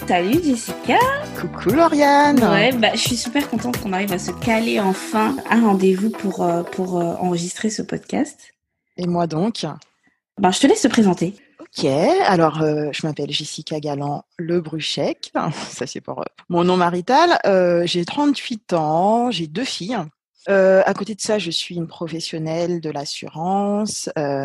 Salut Jessica. Coucou Lauriane. Ouais, je suis super contente qu'on arrive à se caler enfin un rendez-vous pour enregistrer ce podcast. Et moi donc. Je te laisse te présenter. Ok, alors je m'appelle Jessica Galland Le Bruchec, ça c'est pour mon nom marital. J'ai 38 ans, j'ai 2 filles. À côté de ça, je suis une professionnelle de l'assurance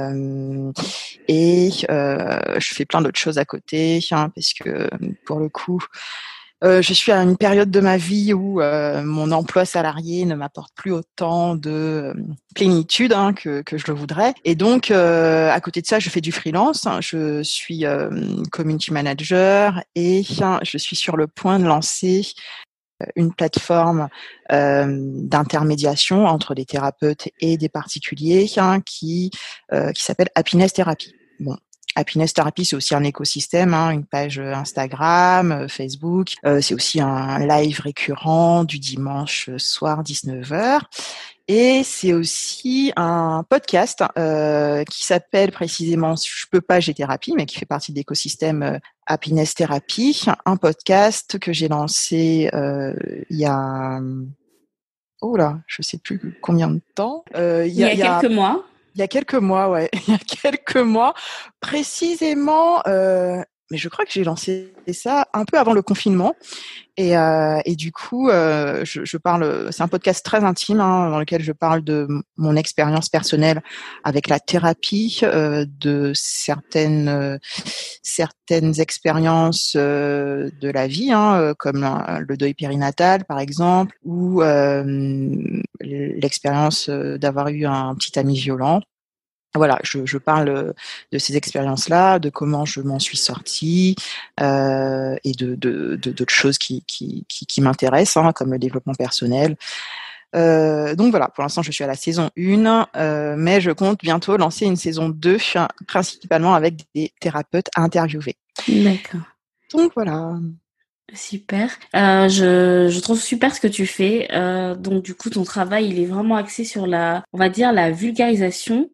et je fais plein d'autres choses à côté, parce que pour le coup, je suis à une période de ma vie où mon emploi salarié ne m'apporte plus autant de plénitude que je le voudrais. Et donc, à côté de ça, je fais du freelance. Je suis community manager et je suis sur le point de lancer une plateforme d'intermédiation entre des thérapeutes et des particuliers qui s'appelle Happiness Therapy. Bon. Happiness Therapy, c'est aussi un écosystème, une page Instagram, Facebook. C'est aussi un live récurrent du dimanche soir 19h. Et c'est aussi un podcast qui s'appelle précisément Je peux pas, j'ai thérapie, mais qui fait partie de l'écosystème Happiness Therapy. Un podcast que j'ai lancé il y a... Oh là, je sais plus combien de temps. Il y a quelques mois. Il y a quelques mois, ouais. Il y a quelques mois, précisément. Mais je crois que j'ai lancé ça un peu avant le confinement. Et du coup, je parle. C'est un podcast très intime dans lequel je parle de mon expérience personnelle avec la thérapie, de certaines expériences de la vie, comme le deuil périnatal, par exemple, ou l'expérience d'avoir eu un petit ami violent. Voilà, je parle de ces expériences-là, de comment je m'en suis sortie, et de d'autres choses qui m'intéressent, comme le développement personnel. Donc voilà, pour l'instant je suis à la saison 1, mais je compte bientôt lancer une saison 2, principalement avec des thérapeutes à interviewer. D'accord. Donc voilà. Super. Je trouve super ce que tu fais. Donc du coup, ton travail, il est vraiment axé sur on va dire, la vulgarisation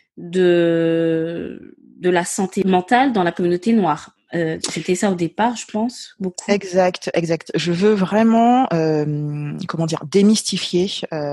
de la santé mentale dans la communauté noire. C'était ça au départ, je pense, beaucoup. Exact. Je veux vraiment, démystifier,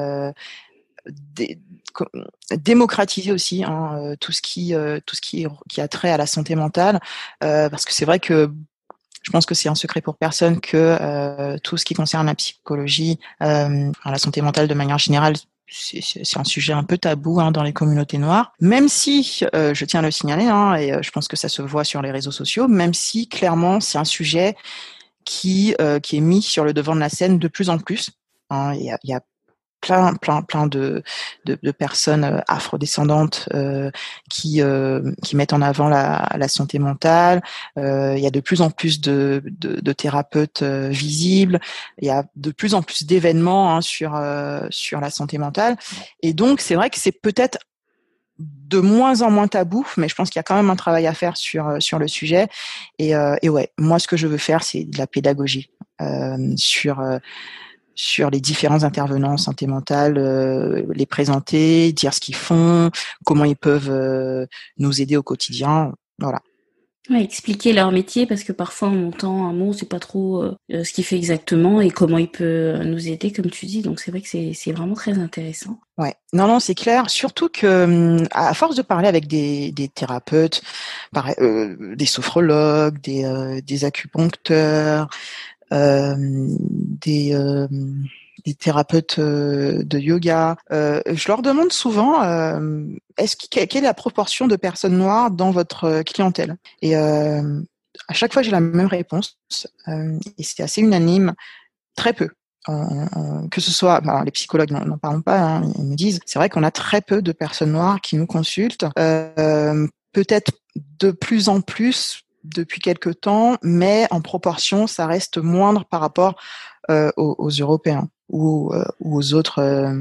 démocratiser aussi tout ce qui a trait à la santé mentale, parce que c'est vrai que je pense que c'est un secret pour personne que tout ce qui concerne la psychologie, la santé mentale de manière générale, c'est un sujet un peu tabou dans les communautés noires. Même si, je tiens à le signaler, et je pense que ça se voit sur les réseaux sociaux, même si clairement c'est un sujet qui est mis sur le devant de la scène de plus en plus. Il y a plein de personnes afrodescendantes qui mettent en avant la santé mentale. Il y a de plus en plus de thérapeutes visibles. Il y a de plus en plus d'événements sur la santé mentale. Et donc c'est vrai que c'est peut-être de moins en moins tabou, mais je pense qu'il y a quand même un travail à faire sur le sujet. Et ouais, moi ce que je veux faire, c'est de la pédagogie sur les différents intervenants en santé mentale, les présenter, dire ce qu'ils font, comment ils peuvent nous aider au quotidien. Voilà. Ouais, expliquer leur métier, parce que parfois on entend un mot, on sait pas trop ce qu'il fait exactement et comment il peut nous aider, comme tu dis. Donc c'est vrai que c'est vraiment très intéressant. Ouais, non, c'est clair. Surtout que à force de parler avec des thérapeutes, des sophrologues, des acupuncteurs, des thérapeutes de yoga. Je leur demande souvent quelle est la proportion de personnes noires dans votre clientèle. Et à chaque fois j'ai la même réponse, et c'est assez unanime, très peu. Que ce soit, les psychologues n'en parlent pas, ils me disent, c'est vrai qu'on a très peu de personnes noires qui nous consultent. Peut-être de plus en plus depuis quelque temps, mais en proportion, ça reste moindre par rapport aux Européens ou aux autres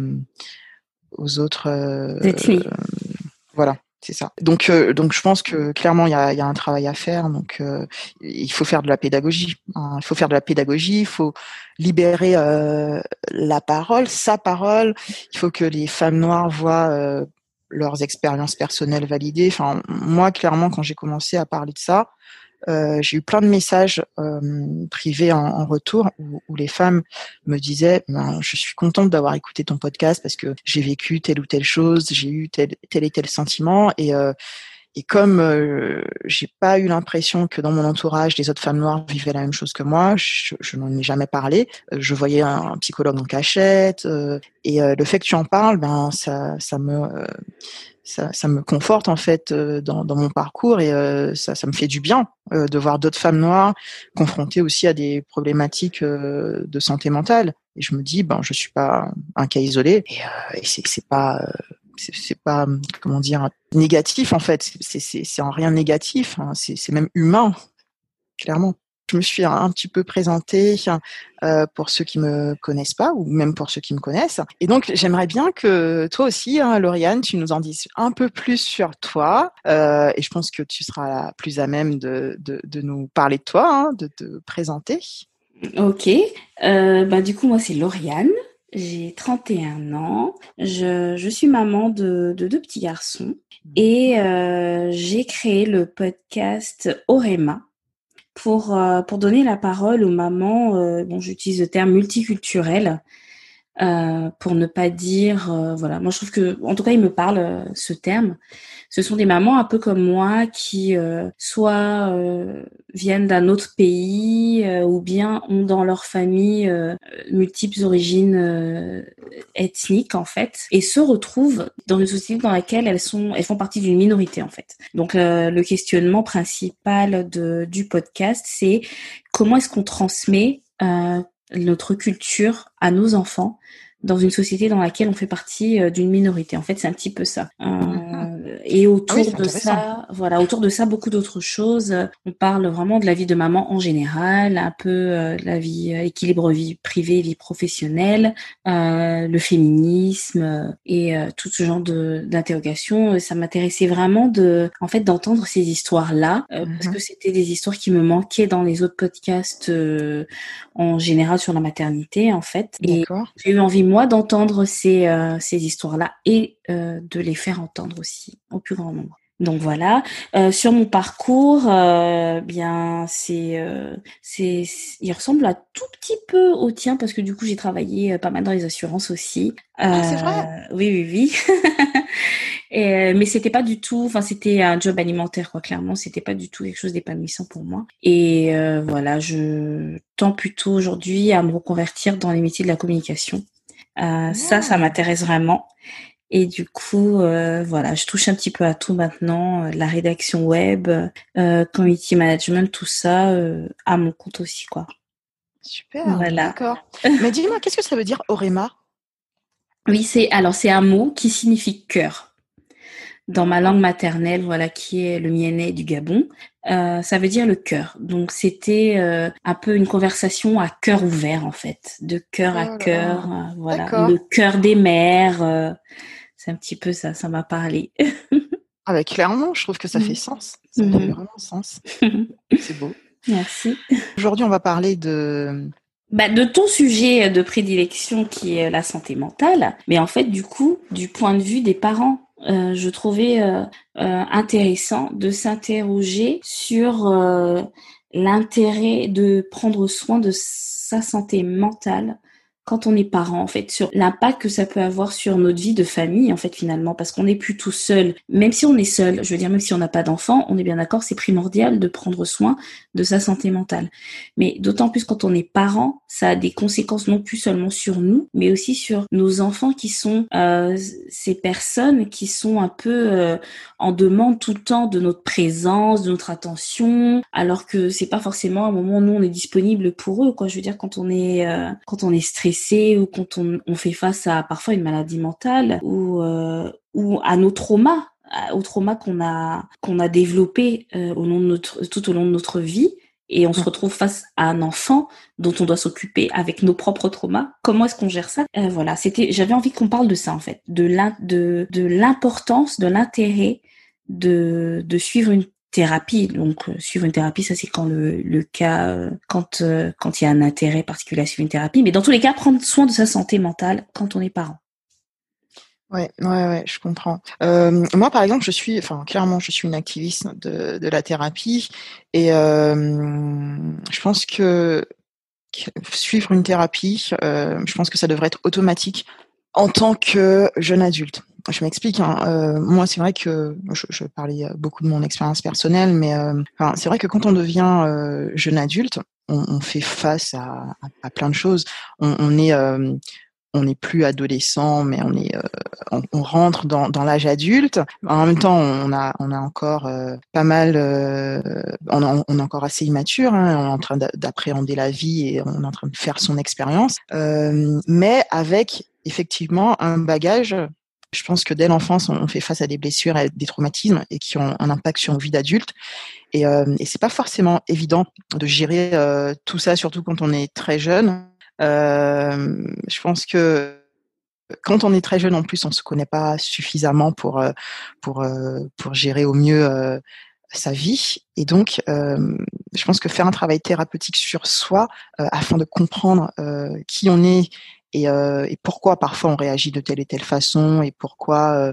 Ethnies. voilà, c'est ça. Donc je pense que clairement il y a un travail à faire. Donc il faut faire de la pédagogie. Il faut faire de la pédagogie. Il faut libérer la parole, sa parole. Il faut que les femmes noires voient leurs expériences personnelles validées. Enfin, moi clairement quand j'ai commencé à parler de ça, j'ai eu plein de messages privés en retour où les femmes me disaient je suis contente d'avoir écouté ton podcast parce que j'ai vécu telle ou telle chose, j'ai eu tel et tel sentiment et comme j'ai pas eu l'impression que dans mon entourage les autres femmes noires vivaient la même chose que moi, je n'en ai jamais parlé. Je voyais un psychologue en cachette et le fait que tu en parles, ça me conforte en fait dans mon parcours et ça me fait du bien de voir d'autres femmes noires confrontées aussi à des problématiques de santé mentale. Et je me dis je suis pas un cas isolé et c'est pas comment dire négatif en fait. C'est en rien négatif. Hein. C'est même humain clairement. Je me suis un petit peu présentée pour ceux qui me connaissent pas ou même pour ceux qui me connaissent. Et donc, j'aimerais bien que toi aussi, Lauriane, tu nous en dises un peu plus sur toi. Et je pense que tu seras la plus à même de nous parler de toi, de te présenter. Ok. Du coup, moi, c'est Lauriane. J'ai 31 ans. Je suis maman de 2 petits garçons. Et j'ai créé le podcast Orema pour donner la parole aux mamans, j'utilise le terme multiculturel, pour ne pas dire, voilà. Moi, je trouve que, en tout cas, il me parle ce terme. Ce sont des mamans un peu comme moi qui soit viennent d'un autre pays ou bien ont dans leur famille multiples origines ethniques en fait et se retrouvent dans une société dans laquelle elles font partie d'une minorité en fait. Donc le questionnement principal du podcast, c'est comment est-ce qu'on transmet notre culture à nos enfants dans une société dans laquelle on fait partie d'une minorité. En fait, c'est un petit peu ça. Et autour de ça, autour de ça, beaucoup d'autres choses. On parle vraiment de la vie de maman en général, un peu de la vie, équilibre vie privée, vie professionnelle, le féminisme et tout ce genre d'interrogations. Ça m'intéressait vraiment d'entendre ces histoires-là, parce que c'était des histoires qui me manquaient dans les autres podcasts en général sur la maternité, en fait. D'accord. Et j'ai eu envie, moi, d'entendre ces histoires-là et de les faire entendre aussi au plus grand nombre. Donc voilà. Sur mon parcours, il ressemble un tout petit peu au tien parce que du coup j'ai travaillé pas mal dans les assurances aussi. C'est vrai. Oui. Mais c'était pas du tout, c'était un job alimentaire quoi. Clairement, c'était pas du tout quelque chose d'épanouissant pour moi. Et voilà, je tends plutôt aujourd'hui à me reconvertir dans les métiers de la communication. Ça m'intéresse vraiment. Et du coup, je touche un petit peu à tout maintenant, la rédaction web, community management, tout ça, à mon compte aussi, quoi. Super, voilà. D'accord. Mais dis-moi, qu'est-ce que ça veut dire Orema ? Oui, c'est un mot qui signifie cœur. Dans ma langue maternelle, qui est le mienné du Gabon, ça veut dire le cœur. Donc c'était un peu une conversation à cœur ouvert en fait, de cœur à cœur, le cœur des mères. C'est un petit peu ça m'a parlé. Clairement, je trouve que ça fait sens. Ça fait vraiment sens. C'est beau. Merci. Aujourd'hui, on va parler de ton sujet de prédilection qui est la santé mentale. Mais en fait, du coup, du point de vue des parents, je trouvais intéressant de s'interroger sur l'intérêt de prendre soin de sa santé mentale quand on est parent, en fait, sur l'impact que ça peut avoir sur notre vie de famille, en fait, finalement, parce qu'on n'est plus tout seul. Même si on est seul, je veux dire, même si on n'a pas d'enfant, on est bien d'accord, c'est primordial de prendre soin de sa santé mentale. Mais d'autant plus quand on est parent, ça a des conséquences non plus seulement sur nous, mais aussi sur nos enfants qui sont ces personnes qui sont un peu en demande tout le temps de notre présence, de notre attention, alors que c'est pas forcément un moment où nous on est disponible pour eux, quoi. Je veux dire, quand on est stressé ou quand on fait face à parfois une maladie mentale ou à nos traumas, aux traumas qu'on a développés tout au long de notre vie. Et on se retrouve face à un enfant dont on doit s'occuper avec nos propres traumas. Comment est-ce qu'on gère ça ? J'avais envie qu'on parle de ça en fait, de l'importance, de l'intérêt de suivre une thérapie. Donc suivre une thérapie, ça c'est quand le cas, quand il y a un intérêt particulier à suivre une thérapie. Mais dans tous les cas, prendre soin de sa santé mentale quand on est parent. Ouais, je comprends. Moi, par exemple, clairement, je suis une activiste de la thérapie et je pense que suivre une thérapie, je pense que ça devrait être automatique en tant que jeune adulte. Je m'explique, hein, moi, c'est vrai que je parlais beaucoup de mon expérience personnelle, mais enfin, c'est vrai que quand on devient jeune adulte, on fait face à plein de choses. On est on n'est plus adolescent, mais on rentre dans l'âge adulte. En même temps, on a encore pas mal, on est encore assez immature. Hein, on est en train d'appréhender la vie et on est en train de faire son expérience, mais avec effectivement un bagage. Je pense que dès l'enfance, on fait face à des blessures, à des traumatismes et qui ont un impact sur une vie d'adulte. Et c'est pas forcément évident de gérer tout ça, surtout quand on est très jeune. Je pense que quand on est très jeune, en plus, on se connaît pas suffisamment pour gérer au mieux sa vie. Et donc, je pense que faire un travail thérapeutique sur soi afin de comprendre qui on est et pourquoi parfois on réagit de telle et telle façon et pourquoi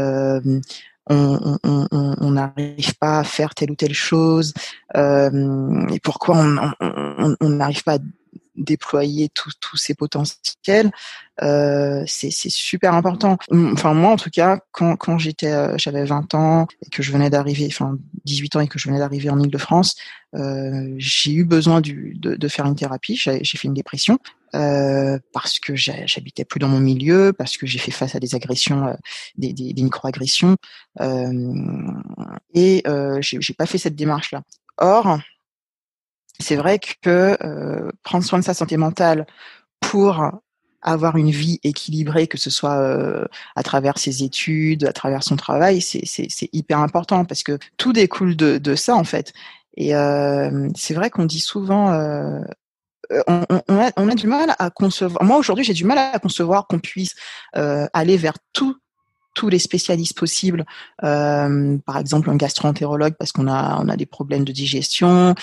on n'arrive pas à faire telle ou telle chose et pourquoi on n'arrive pas à déployer tous ces potentiels, c'est super important. Enfin moi en tout cas, quand j'avais 20 ans et que je venais d'arriver, enfin 18 ans et que je venais d'arriver en Île-de-France, j'ai eu besoin de faire une thérapie. J'ai fait une dépression parce que j'habitais plus dans mon milieu, parce que j'ai fait face à des agressions, des micro-agressions, et j'ai pas fait cette démarche-là. Or, c'est vrai que prendre soin de sa santé mentale pour avoir une vie équilibrée, que ce soit à travers ses études, à travers son travail, c'est hyper important parce que tout découle de ça en fait. Et c'est vrai qu'on dit souvent, on a du mal à concevoir. Moi aujourd'hui, j'ai du mal à concevoir qu'on puisse aller vers tous les spécialistes possibles, par exemple un gastro-entérologue parce on a des problèmes de digestion,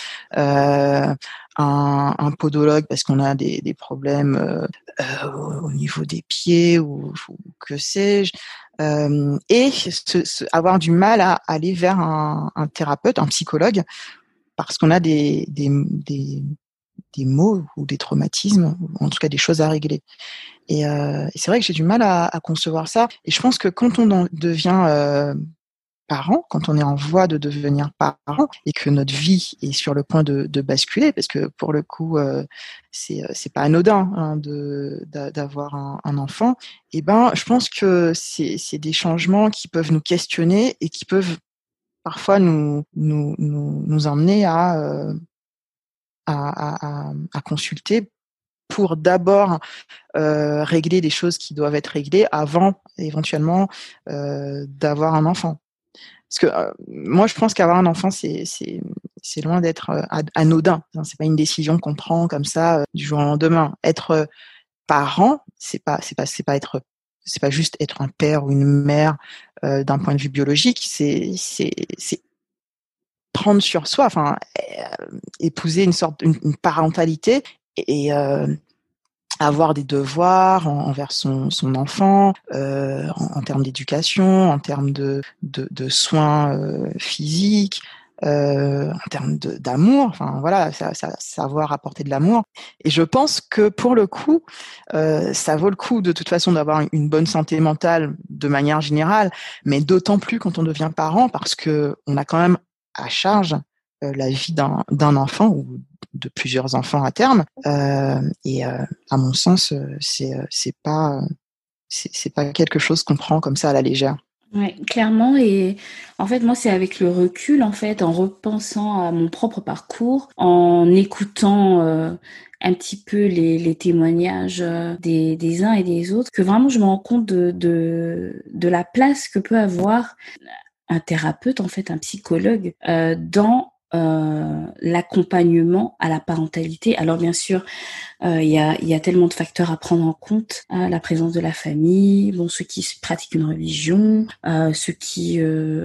un podologue parce qu'on a des problèmes au niveau des pieds ou que sais-je, et avoir du mal à aller vers un thérapeute, un psychologue, parce qu'on a des maux ou des traumatismes, ou en tout cas des choses à régler. Et c'est vrai que j'ai du mal à concevoir ça. Et je pense que quand on devient parent, quand on est en voie de devenir parent et que notre vie est sur le point de basculer, parce que pour le coup, c'est pas anodin hein, d'avoir un enfant. Et ben, je pense que c'est des changements qui peuvent nous questionner et qui peuvent parfois nous emmener à consulter pour d'abord régler des choses qui doivent être réglées avant éventuellement d'avoir un enfant. Parce que moi, je pense qu'avoir un enfant, c'est loin d'être anodin. C'est pas une décision qu'on prend comme ça du jour au lendemain. Être parent, c'est pas juste être un père ou une mère d'un point de vue biologique. C'est prendre sur soi, enfin épouser une parentalité et avoir des devoirs envers son enfant, en termes d'éducation, en termes de soins physiques, en termes d'amour. Enfin voilà, savoir apporter de l'amour. Et je pense que pour le coup, ça vaut le coup de toute façon d'avoir une bonne santé mentale de manière générale, mais d'autant plus quand on devient parent parce que on a quand même à charge la vie d'un enfant ou de plusieurs enfants à terme. Et à mon sens, c'est pas quelque chose qu'on prend comme ça à la légère. Ouais, clairement. Et en fait, moi, c'est avec le recul, en fait, en repensant à mon propre parcours, en écoutant un petit peu les témoignages des uns et des autres, que vraiment je me rends compte de la place que peut avoir un thérapeute, en fait, un psychologue, dans l'accompagnement à la parentalité. Alors bien sûr, il y a tellement de facteurs à prendre en compte, la présence de la famille, bon, ceux qui pratiquent une religion, ceux qui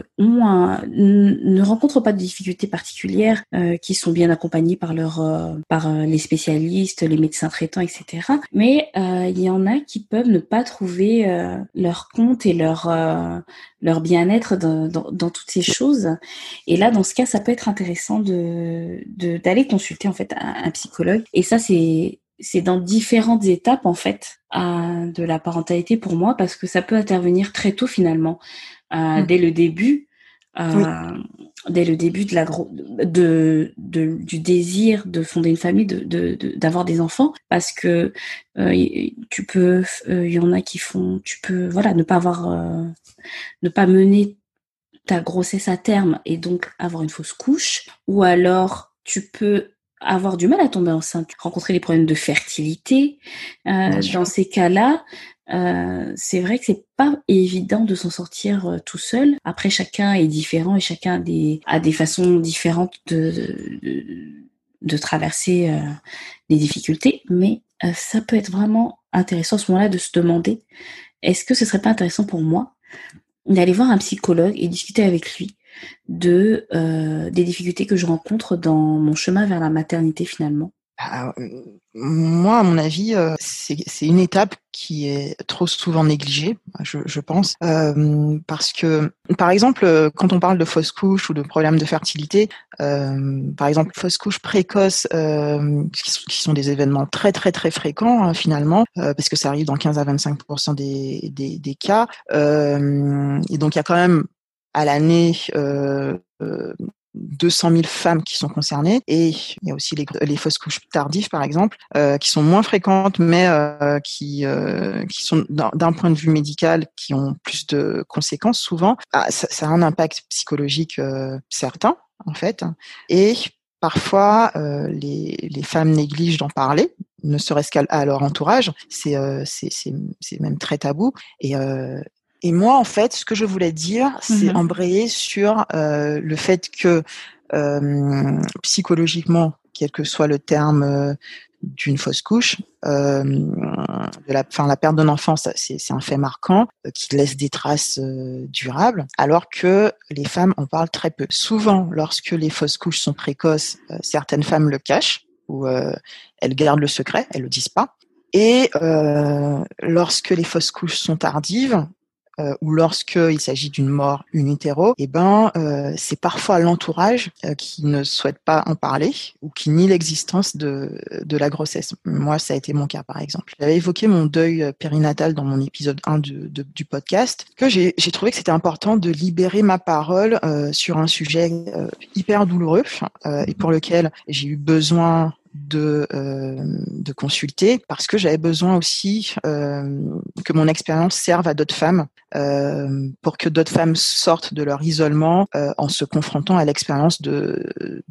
ne rencontrent pas de difficultés particulières, qui sont bien accompagnés par les spécialistes, les médecins traitants, etc. Mais il y en a qui peuvent ne pas trouver leur compte et leur bien-être dans toutes ces choses. Et là, dans ce cas, ça peut être intéressant d'aller consulter en fait un psychologue. Et ça, c'est dans différentes étapes en fait de la parentalité pour moi, parce que ça peut intervenir très tôt finalement, dès le début. Oui. Dès le début du désir de fonder une famille, d'avoir des enfants, parce que il y en a qui font, tu peux, voilà, ne pas mener ta grossesse à terme et donc avoir une fausse couche, ou alors tu peux avoir du mal à tomber enceinte, rencontrer des problèmes de fertilité. Dans ces cas-là, c'est vrai que c'est pas évident de s'en sortir tout seul. Après, chacun est différent et chacun a des façons différentes de traverser les difficultés, mais ça peut être vraiment intéressant à ce moment-là de se demander, est-ce que ce serait pas intéressant pour moi d'aller voir un psychologue et discuter avec lui des difficultés que je rencontre dans mon chemin vers la maternité finalement. Moi, à mon avis, c'est une étape qui est trop souvent négligée, je pense, parce que, par exemple, quand on parle de fausse couche ou de problèmes de fertilité, par exemple, fausse couche précoce, qui sont des événements très très très fréquents finalement, parce que ça arrive dans 15 à 25% des cas, et donc il y a quand même à l'année 200 000 femmes qui sont concernées, et il y a aussi les fausses couches tardives, par exemple, qui sont moins fréquentes, mais qui sont d'un point de vue médical, qui ont plus de conséquences souvent. Ça a un impact psychologique certain, en fait, et parfois les femmes négligent d'en parler, ne serait-ce qu'à leur entourage. C'est même très tabou. Et moi, en fait, ce que je voulais dire, c'est embrayer sur le fait que psychologiquement, quel que soit le terme d'une fausse couche, la perte d'un enfant, c'est un fait marquant qui laisse des traces durables, alors que les femmes en parlent très peu. Souvent, lorsque les fausses couches sont précoces, certaines femmes le cachent ou elles gardent le secret, elles le disent pas. Et lorsque les fausses couches sont tardives, ou lorsqu'il s'agit d'une mort in utero, c'est parfois l'entourage qui ne souhaite pas en parler ou qui nie l'existence de la grossesse. Moi, ça a été mon cas, par exemple. J'avais évoqué mon deuil périnatal dans mon épisode 1 du podcast, que j'ai trouvé que c'était important de libérer ma parole sur un sujet hyper douloureux et pour lequel j'ai eu besoin de consulter, parce que j'avais besoin aussi que mon expérience serve à d'autres femmes, pour que d'autres femmes sortent de leur isolement en se confrontant à l'expérience de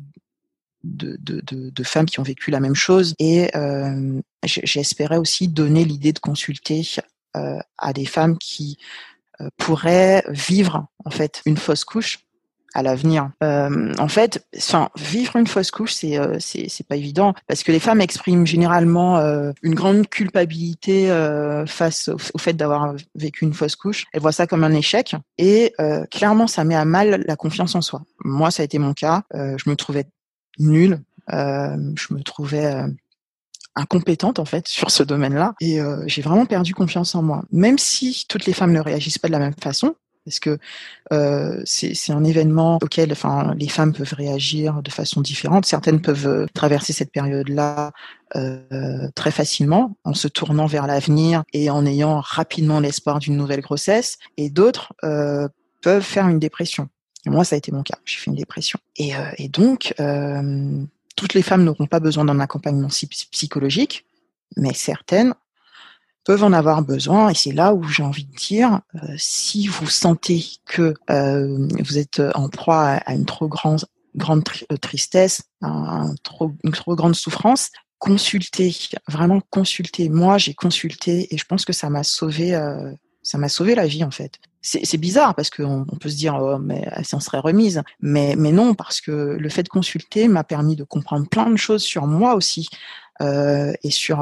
femmes qui ont vécu la même chose. Et j'espérais aussi donner l'idée de consulter à des femmes qui pourraient vivre en fait une fausse couche à l'avenir. En fait, vivre une fausse couche, c'est pas évident, parce que les femmes expriment généralement une grande culpabilité face au fait d'avoir vécu une fausse couche. Elles voient ça comme un échec, et clairement, ça met à mal la confiance en soi. Moi, ça a été mon cas. Je me trouvais nulle. Je me trouvais incompétente en fait sur ce domaine-là, et j'ai vraiment perdu confiance en moi. Même si toutes les femmes ne réagissent pas de la même façon, parce que c'est un événement auquel, les femmes peuvent réagir de façon différente. Certaines peuvent traverser cette période-là très facilement, en se tournant vers l'avenir et en ayant rapidement l'espoir d'une nouvelle grossesse, et d'autres peuvent faire une dépression. Et moi, ça a été mon cas. J'ai fait une dépression. Et donc, toutes les femmes n'auront pas besoin d'un accompagnement psychologique, mais certaines peuvent en avoir besoin, et c'est là où j'ai envie de dire, si vous sentez que vous êtes en proie à une trop grande tristesse, une trop grande souffrance, consultez, vraiment consultez. Moi, j'ai consulté, et je pense que ça m'a sauvé la vie en fait. c'est bizarre parce qu'on peut se dire mais elle s'en serait remise, mais non, parce que le fait de consulter m'a permis de comprendre plein de choses sur moi aussi. Et sur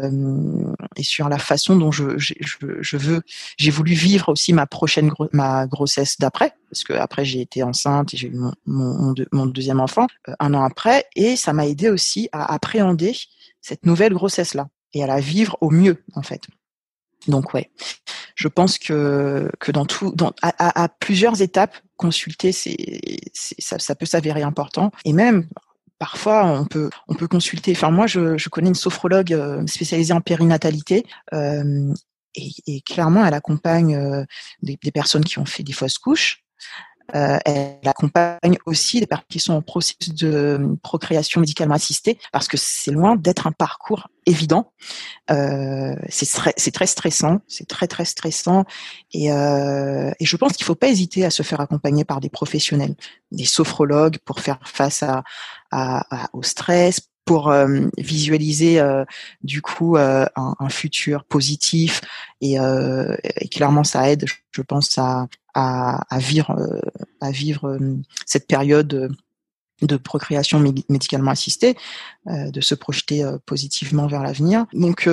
la façon dont j'ai voulu vivre aussi ma grossesse d'après, parce que après j'ai été enceinte et j'ai eu mon deuxième enfant un an après, et ça m'a aidé aussi à appréhender cette nouvelle grossesse là et à la vivre au mieux en fait. Donc ouais, je pense que à plusieurs étapes, consulter ça peut s'avérer important, et même parfois, on peut consulter. Enfin, moi, je connais une sophrologue spécialisée en périnatalité, et clairement, elle accompagne des personnes qui ont fait des fausses couches. Elle accompagne aussi des personnes qui sont en processus de procréation médicalement assistée, parce que c'est loin d'être un parcours évident. C'est très stressant, c'est très très stressant, et je pense qu'il faut pas hésiter à se faire accompagner par des professionnels, des sophrologues, pour faire face au stress, pour visualiser du coup un futur positif, et clairement ça aide, je pense, à vivre cette période de procréation médicalement assistée, de se projeter positivement vers l'avenir. Donc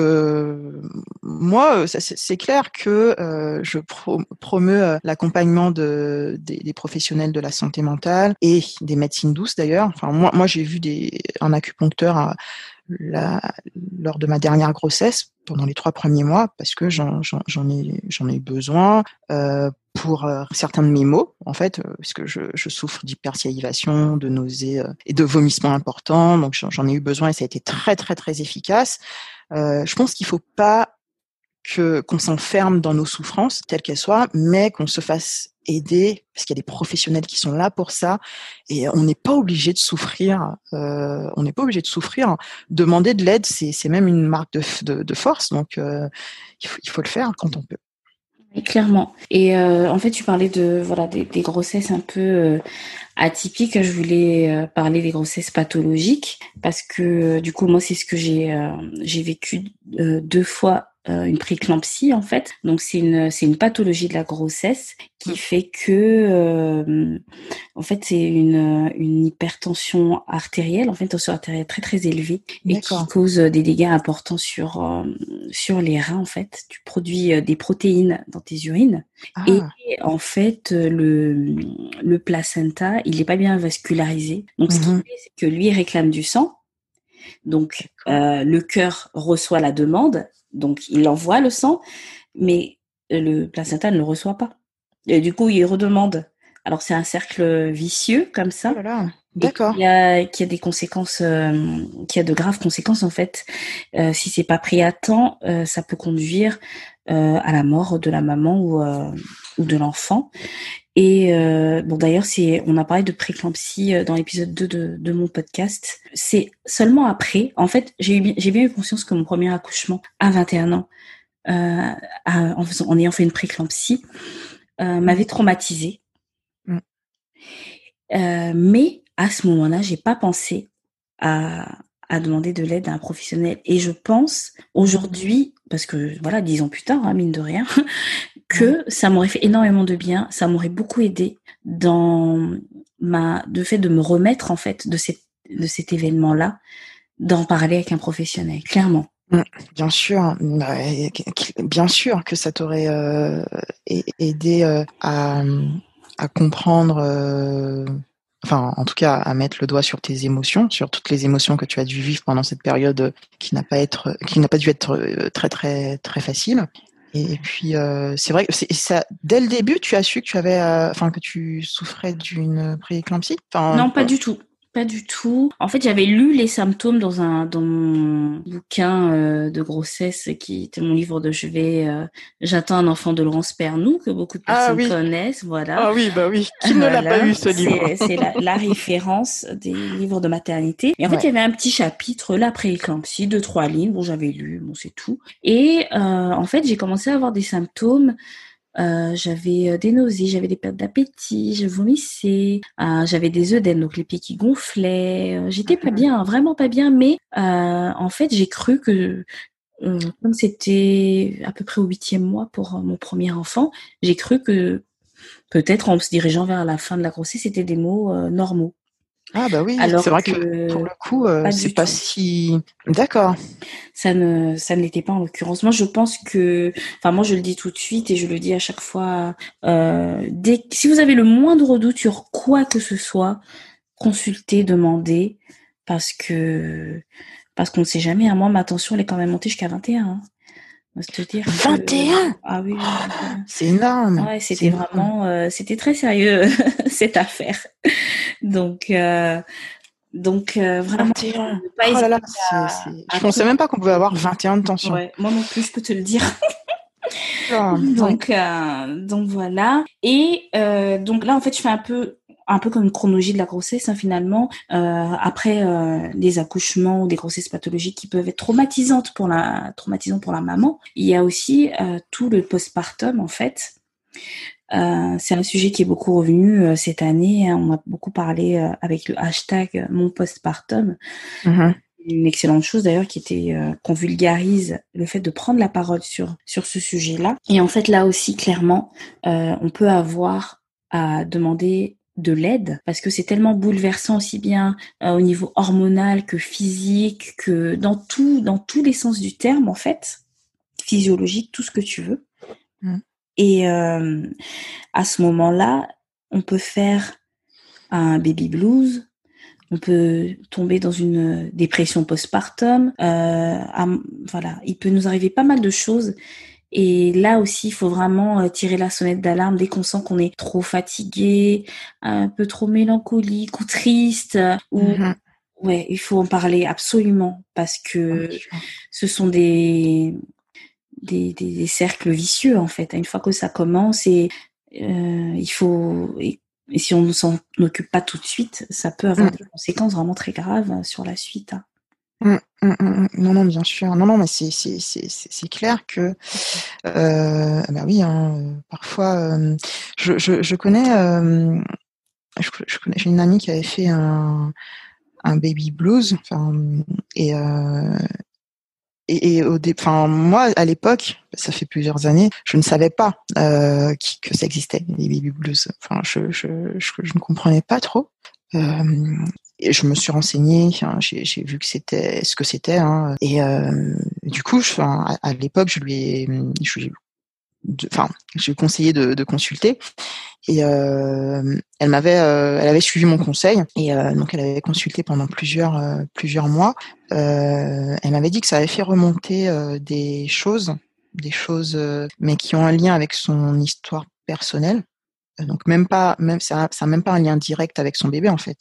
moi, c'est clair que je promeus l'accompagnement des professionnels de la santé mentale et des médecines douces d'ailleurs. Enfin moi j'ai vu un acupuncteur lors de ma dernière grossesse pendant les 3 premiers mois, parce que j'en ai eu besoin pour certains de mes maux, en fait, parce que je souffre d'hypersalivation, de nausées et de vomissements importants, donc j'en ai eu besoin, et ça a été très très très efficace. Je pense qu'il faut pas qu'on s'enferme dans nos souffrances, telles qu'elles soient, mais qu'on se fasse aider, parce qu'il y a des professionnels qui sont là pour ça, et on n'est pas obligé de souffrir. On n'est pas obligé de souffrir. Demander de l'aide, c'est même une marque de force. Donc, il faut le faire quand on peut. Clairement. Et en fait, tu parlais des grossesses un peu atypiques. Je voulais parler des grossesses pathologiques, parce que du coup, moi, c'est ce que j'ai vécu 2 fois. Une prééclampsie en fait, donc c'est une pathologie de la grossesse qui fait que en fait c'est une hypertension artérielle, en fait, tension artérielle très très élevée, et qui cause des dégâts importants sur les reins. En fait, tu produis des protéines dans tes urines, et en fait le placenta, il est pas bien vascularisé, donc ce qu'il fait, c'est que lui, il réclame du sang, donc le cœur reçoit la demande, donc il envoie le sang, mais le placenta ne le reçoit pas. Et du coup, il redemande. Alors c'est un cercle vicieux comme ça. Oh là là. D'accord. Qui a des conséquences, qui a de graves conséquences en fait. Si c'est pas pris à temps, ça peut conduire à la mort de la maman ou de l'enfant. Et bon, d'ailleurs, on a parlé de prééclampsie dans l'épisode 2 de mon podcast. C'est seulement après, en fait, j'ai bien eu conscience que mon premier accouchement à 21 ans, en ayant fait une prééclampsie, m'avait traumatisée. Mais à ce moment-là, j'ai pas pensé à demander de l'aide à un professionnel. Et je pense aujourd'hui, parce que voilà, 10 ans plus tard, hein, mine de rien, que ça m'aurait fait énormément de bien, ça m'aurait beaucoup aidé dans de fait de me remettre en fait de cet événement-là, d'en parler avec un professionnel, clairement. Bien sûr que ça t'aurait aidé à comprendre, enfin en tout cas à mettre le doigt sur tes émotions, sur toutes les émotions que tu as dû vivre pendant cette période qui n'a pas dû être très très très facile. Et puis c'est vrai que ça, dès le début, tu as su que que tu souffrais d'une prééclampsie. Non, pas du tout. Pas du tout. En fait, j'avais lu les symptômes dans mon bouquin de grossesse, qui était mon livre de chevet. J'attends un enfant de Laurence Pernoud, que beaucoup de personnes connaissent. Voilà. Ah oui, bah oui. Qui ne l'a pas eu, ce livre? C'est la référence des livres de maternité. Et en fait, il y avait un petit chapitre, la prééclampsie, 2-3 lignes. Bon, j'avais lu, bon, c'est tout. Et en fait, j'ai commencé à avoir des symptômes. J'avais des nausées, j'avais des pertes d'appétit, je vomissais, j'avais des œdèmes, donc les pieds qui gonflaient. J'étais pas bien, vraiment pas bien, mais en fait j'ai cru que Comme c'était à peu près au 8e mois pour mon premier enfant, j'ai cru que peut-être en se dirigeant vers la fin de la grossesse, c'était des mots normaux. Ah bah oui, c'est Alors vrai que pour que le coup, pas c'est du pas tout. si... D'accord. Ça ne l'était pas en l'occurrence. Moi, je pense que, enfin, moi, je le dis tout de suite et je le dis à chaque fois, si vous avez le moindre doute sur quoi que ce soit, consultez, demandez, parce que, parce qu'on ne sait jamais. Moi, ma tension, elle est quand même montée jusqu'à 21. Hein. On va se te dire que, 21! ah oui, oui, 21. C'est énorme. Ouais, C'est c'était énorme. vraiment, c'était très sérieux cette affaire. Donc, euh, donc, vraiment, 21. ne pas Oh là là, hésiter je à pensais tout. même pas qu'on pouvait avoir 21 de tension. Ouais, moi non plus, je peux te le dire. Là, ouais. Donc voilà. Et donc là, en fait, je fais un peu comme une chronologie de la grossesse, hein, finalement. Après les accouchements ou des grossesses pathologiques qui peuvent être traumatisants pour la maman, il y a aussi tout le postpartum, en fait. C'est un sujet qui est beaucoup revenu cette année. Hein. On a beaucoup parlé avec le hashtag mon postpartum. Mhm. Une excellente chose d'ailleurs qui était qu'on vulgarise le fait de prendre la parole sur ce sujet-là. Et en fait là aussi clairement, on peut avoir à demander de l'aide parce que c'est tellement bouleversant aussi bien au niveau hormonal que physique que dans tous les sens du terme en fait, physiologique, tout ce que tu veux. Mhm. Et à ce moment-là, on peut faire un baby blues. On peut tomber dans une dépression postpartum. Voilà, il peut nous arriver pas mal de choses. Et là aussi, il faut vraiment tirer la sonnette d'alarme dès qu'on sent qu'on est trop fatigué, un peu trop mélancolique ou triste. Ou Mhm. ouais, il faut en parler absolument parce Bien que sûr. ce sont des cercles vicieux en fait. Une fois que ça commence et il faut et si on ne s'en occupe pas tout de suite, ça peut avoir des conséquences vraiment très graves sur la suite. Hein. Non, non, bien sûr. Non, non, mais c'est clair que, bah oui, hein, parfois, je connais, j'ai une amie qui avait fait un baby blues, enfin, et, enfin, moi, à l'époque, ça fait plusieurs années, je ne savais pas que ça existait, les baby blues. Enfin, je ne comprenais pas trop. Et je me suis renseignée, enfin, j'ai vu que c'était ce que c'était, hein, et du coup, enfin, à l'époque, enfin, je lui ai conseillé de consulter. Et elle avait suivi mon conseil et donc elle avait consulté pendant plusieurs mois. Elle m'avait dit que ça avait fait remonter des choses, mais qui ont un lien avec son histoire personnelle. Donc ça a même pas un lien direct avec son bébé en fait.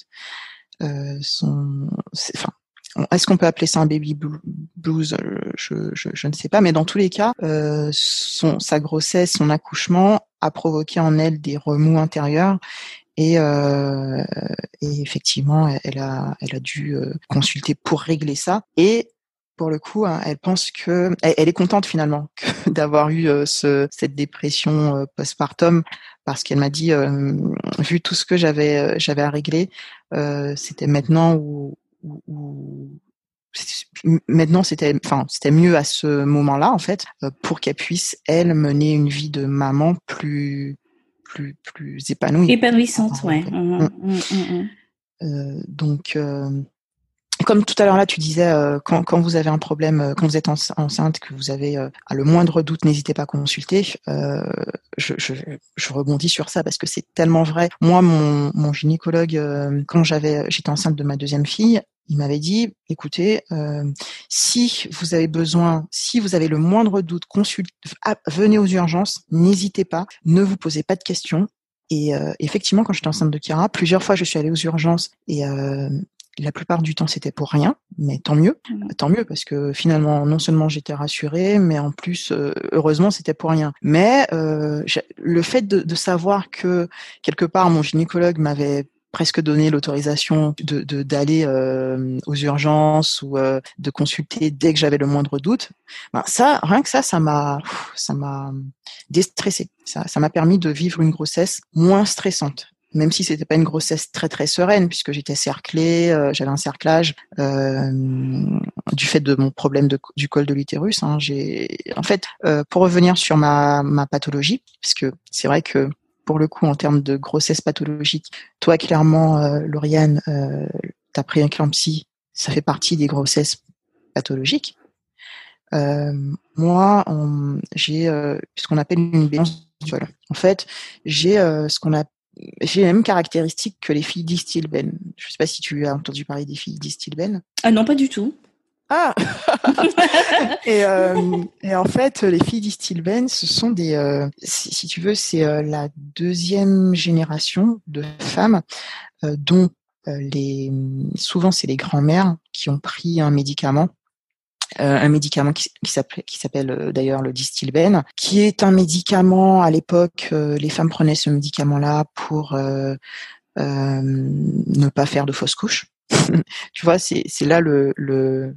Enfin, est-ce qu'on peut appeler ça un blues? Je ne sais pas, mais dans tous les cas, sa grossesse, son accouchement a provoqué en elle des remous intérieurs et, et effectivement, elle a dû consulter pour régler ça. Et pour le coup, hein, elle pense que elle est contente finalement d'avoir eu cette dépression postpartum parce qu'elle m'a dit, vu tout ce que j'avais à régler, c'était maintenant maintenant c'était mieux à ce moment-là en fait pour qu'elle puisse elle mener une vie de maman plus épanouie Épanouissante, en ouais. fait. Donc comme tout à l'heure là, tu disais quand vous avez un problème, quand vous êtes enceinte, que vous avez le moindre doute, n'hésitez pas à consulter. Je rebondis sur ça parce que c'est tellement vrai. Moi, mon gynécologue, quand j'étais enceinte de ma deuxième fille, il m'avait dit, écoutez, si vous avez le moindre doute, venez aux urgences, n'hésitez pas, ne vous posez pas de questions. Et effectivement, quand j'étais enceinte de Kira, plusieurs fois, je suis allée aux urgences et la plupart du temps, c'était pour rien, mais tant mieux, parce que finalement, non seulement j'étais rassurée, mais en plus, heureusement, c'était pour rien. Mais le fait de savoir que quelque part, mon gynécologue m'avait presque donné l'autorisation d'aller aux urgences ou de consulter dès que j'avais le moindre doute, ben ça, rien que ça m'a déstressée. Ça m'a permis de vivre une grossesse moins stressante. même si c'était pas une grossesse très très sereine, puisque j'étais cerclée, j'avais un cerclage du fait de mon problème du col de l'utérus. Hein, en fait, pour revenir sur ma pathologie, parce que c'est vrai que pour le coup, en termes de grossesse pathologique, toi clairement, Lauriane, ta prééclampsie, ça fait partie des grossesses pathologiques. Moi, j'ai ce qu'on appelle une béance du col. En fait, j'ai j'ai les mêmes caractéristiques que les filles d'Istilben. Je ne sais pas si tu as entendu parler des filles d'Istilben. Ah non, pas du tout. Ah et en fait, les filles d'Istilben, ce sont si tu veux, c'est la deuxième génération de femmes dont souvent c'est les grands-mères qui ont pris un médicament qui s'appelle d'ailleurs le Distilben, qui est un médicament. À l'époque, les femmes prenaient ce médicament-là pour ne pas faire de fausses couches. Tu vois, c'est là le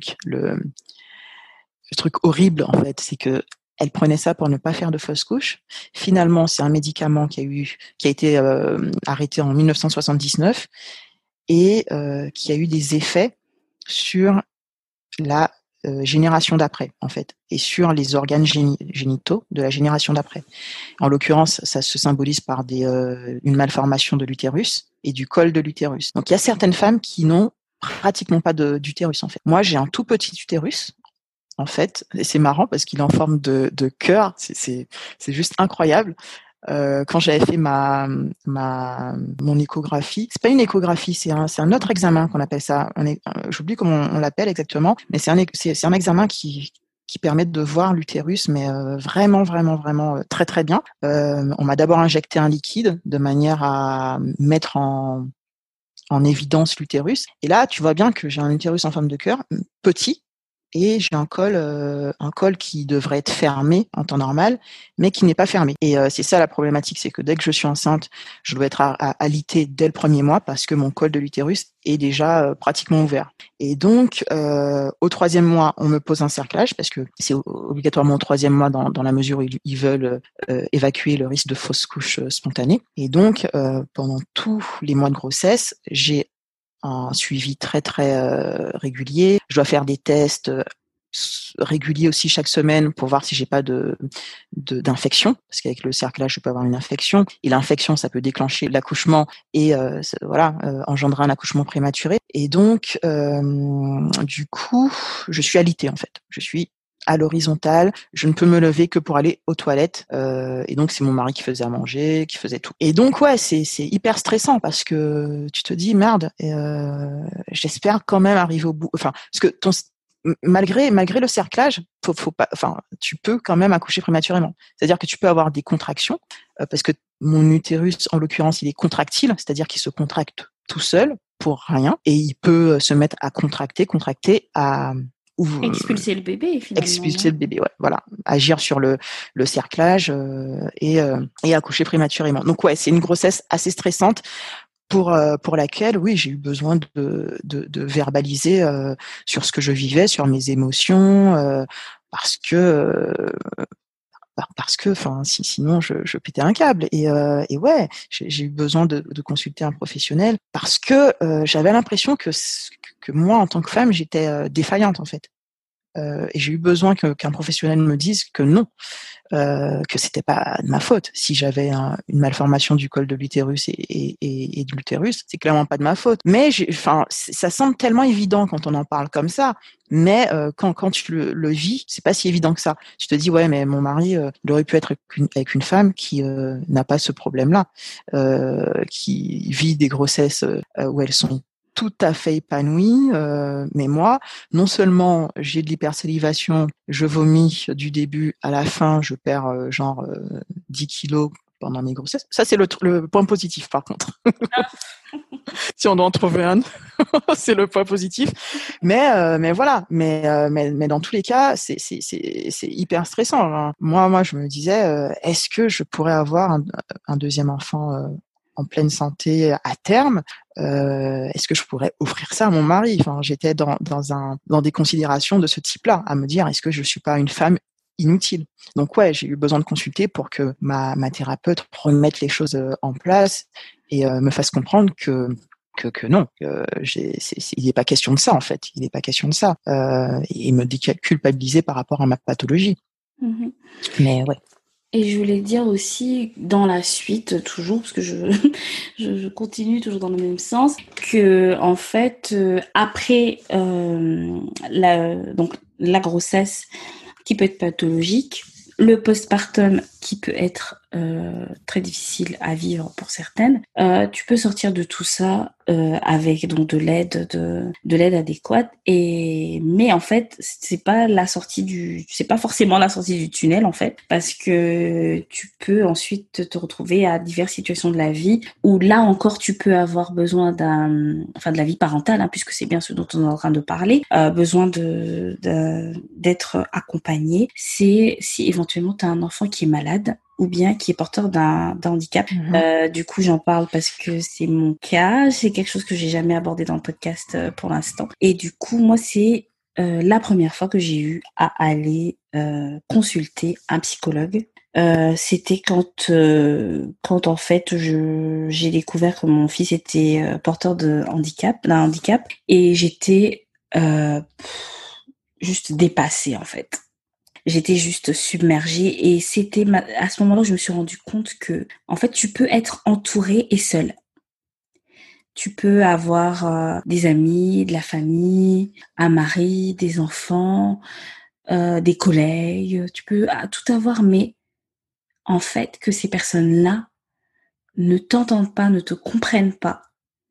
truc horrible en fait, c'est que elle prenait ça pour ne pas faire de fausses couches. Finalement, c'est un médicament qui a été arrêté en 1979 et qui a eu des effets sur la génération d'après, en fait, et sur les organes génitaux de la génération d'après. En l'occurrence, ça se symbolise par une malformation de l'utérus et du col de l'utérus. Donc, il y a certaines femmes qui n'ont pratiquement pas d'utérus, en fait. Moi, j'ai un tout petit utérus, en fait, et c'est marrant parce qu'il est en forme de cœur. C'est juste incroyable. Quand j'avais fait mon échographie, c'est pas une échographie, c'est un autre examen qu'on appelle ça. J'oublie comment on l'appelle exactement, mais c'est un examen qui permet de voir l'utérus, mais vraiment, vraiment, vraiment très, très bien. On m'a d'abord injecté un liquide de manière à mettre en évidence l'utérus. Et là, tu vois bien que j'ai un utérus en forme de cœur, petit, et j'ai un col qui devrait être fermé en temps normal, mais qui n'est pas fermé. Et c'est ça la problématique, c'est que dès que je suis enceinte, je dois être alitée dès le premier mois parce que mon col de l'utérus est déjà pratiquement ouvert. Et donc, au 3e mois, on me pose un cerclage parce que c'est obligatoirement au 3e mois dans la mesure où ils veulent évacuer le risque de fausse couche spontanée. Et donc, pendant tous les mois de grossesse, j'ai un suivi très très régulier. Je dois faire des tests réguliers aussi chaque semaine pour voir si j'ai pas d'infection, parce qu'avec le cerclage je peux avoir une infection et l'infection ça peut déclencher l'accouchement et engendrer un accouchement prématuré. Et donc du coup je suis alitée en fait. Je suis à l'horizontale, je ne peux me lever que pour aller aux toilettes, et donc c'est mon mari qui faisait à manger, qui faisait tout. Et donc ouais, c'est hyper stressant parce que tu te dis merde, j'espère quand même arriver au bout. Enfin, parce que malgré le cerclage, faut pas, enfin, tu peux quand même accoucher prématurément. C'est-à-dire que tu peux avoir des contractions parce que mon utérus, en l'occurrence, il est contractile, c'est-à-dire qu'il se contracte tout seul pour rien et il peut se mettre à contracter à expulser le bébé finalement. Expulser le bébé, ouais, voilà, agir sur le cerclage et accoucher prématurément. Donc ouais, c'est une grossesse assez stressante pour laquelle oui, j'ai eu besoin de verbaliser sur ce que je vivais, sur mes émotions parce que enfin sinon je pétais un câble et ouais, j'ai eu besoin de consulter un professionnel parce que j'avais l'impression que moi en tant que femme, j'étais défaillante en fait. Et j'ai eu besoin qu'un professionnel me dise que non, que c'était pas de ma faute. Si j'avais une malformation du col de l'utérus et de l'utérus, c'est clairement pas de ma faute. Mais ça semble tellement évident quand on en parle comme ça. Mais quand tu le vis, c'est pas si évident que ça. Tu te dis ouais, mais mon mari, il aurait pu être avec une femme qui n'a pas ce problème-là, qui vit des grossesses où elles sont tout à fait épanouie, mais moi, non seulement j'ai de l'hypersalivation, je vomis du début à la fin, je perds 10 kilos pendant mes grossesses. Ça, c'est le point positif, par contre. Si on doit en trouver un, c'est le point positif. Mais voilà. Mais dans tous les cas, c'est hyper stressant. Hein. Moi, je me disais, est-ce que je pourrais avoir un deuxième enfant en pleine santé à terme, est-ce que je pourrais offrir ça à mon mari? Enfin, j'étais dans des considérations de ce type-là, à me dire est-ce que je suis pas une femme inutile. Donc ouais, j'ai eu besoin de consulter pour que ma thérapeute remette les choses en place et me fasse comprendre que non, il n'est pas question de ça en fait. Il n'est pas question de ça. Et me déculpabiliser par rapport à ma pathologie. Mmh. Mais ouais. Et je voulais dire aussi, dans la suite, toujours, parce que je continue toujours dans le même sens, que en fait, après donc la grossesse qui peut être pathologique, le postpartum qui peut être très difficile à vivre pour certaines, tu peux sortir de tout ça avec donc de l'aide adéquate. Mais en fait, c'est pas forcément la sortie du tunnel en fait, parce que tu peux ensuite te retrouver à diverses situations de la vie où là encore tu peux avoir besoin de la vie parentale, hein, puisque c'est bien ce dont on est en train de parler, besoin d'être accompagné. C'est si éventuellement tu as un enfant qui est malade ou bien qui est porteur d'un handicap. Du coup, j'en parle parce que c'est mon cas. C'est quelque chose que j'ai jamais abordé dans le podcast pour l'instant. Et du coup, moi, c'est la première fois que j'ai eu à aller consulter un psychologue. C'était quand en fait j'ai découvert que mon fils était porteur d'un handicap, et j'étais juste dépassée en fait. J'étais juste submergée, et c'était à ce moment-là où je me suis rendu compte que en fait tu peux être entourée et seule. Tu peux avoir des amis, de la famille, un mari, des enfants, des collègues, tu peux tout avoir, mais en fait que ces personnes-là ne t'entendent pas, ne te comprennent pas,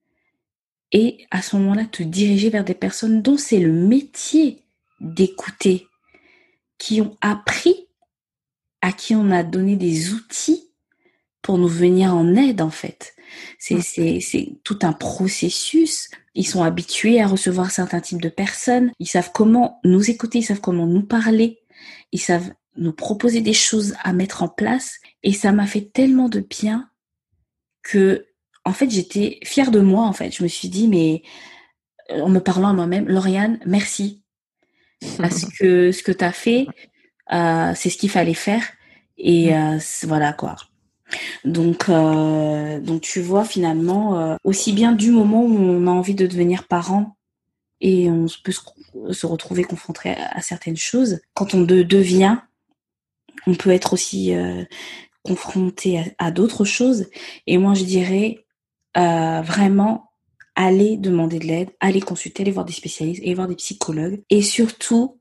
et à ce moment-là te diriger vers des personnes dont c'est le métier d'écouter, qui ont appris, à qui on a donné des outils pour nous venir en aide en fait. C'est tout un processus. Ils sont habitués à recevoir certains types de personnes. Ils savent comment nous écouter, ils savent comment nous parler. Ils savent nous proposer des choses à mettre en place. Et ça m'a fait tellement de bien que, en fait, j'étais fière de moi, en fait. Je me suis dit, mais en me parlant à moi-même, Lauriane, merci. Parce que ce que tu as fait, c'est ce qu'il fallait faire. Et voilà quoi. Donc tu vois finalement, aussi bien du moment où on a envie de devenir parent et on peut se retrouver confronté à certaines choses, quand on devient, on peut être aussi confronté à d'autres choses. Et moi je dirais vraiment aller demander de l'aide, aller consulter, aller voir des spécialistes, aller voir des psychologues. Et surtout,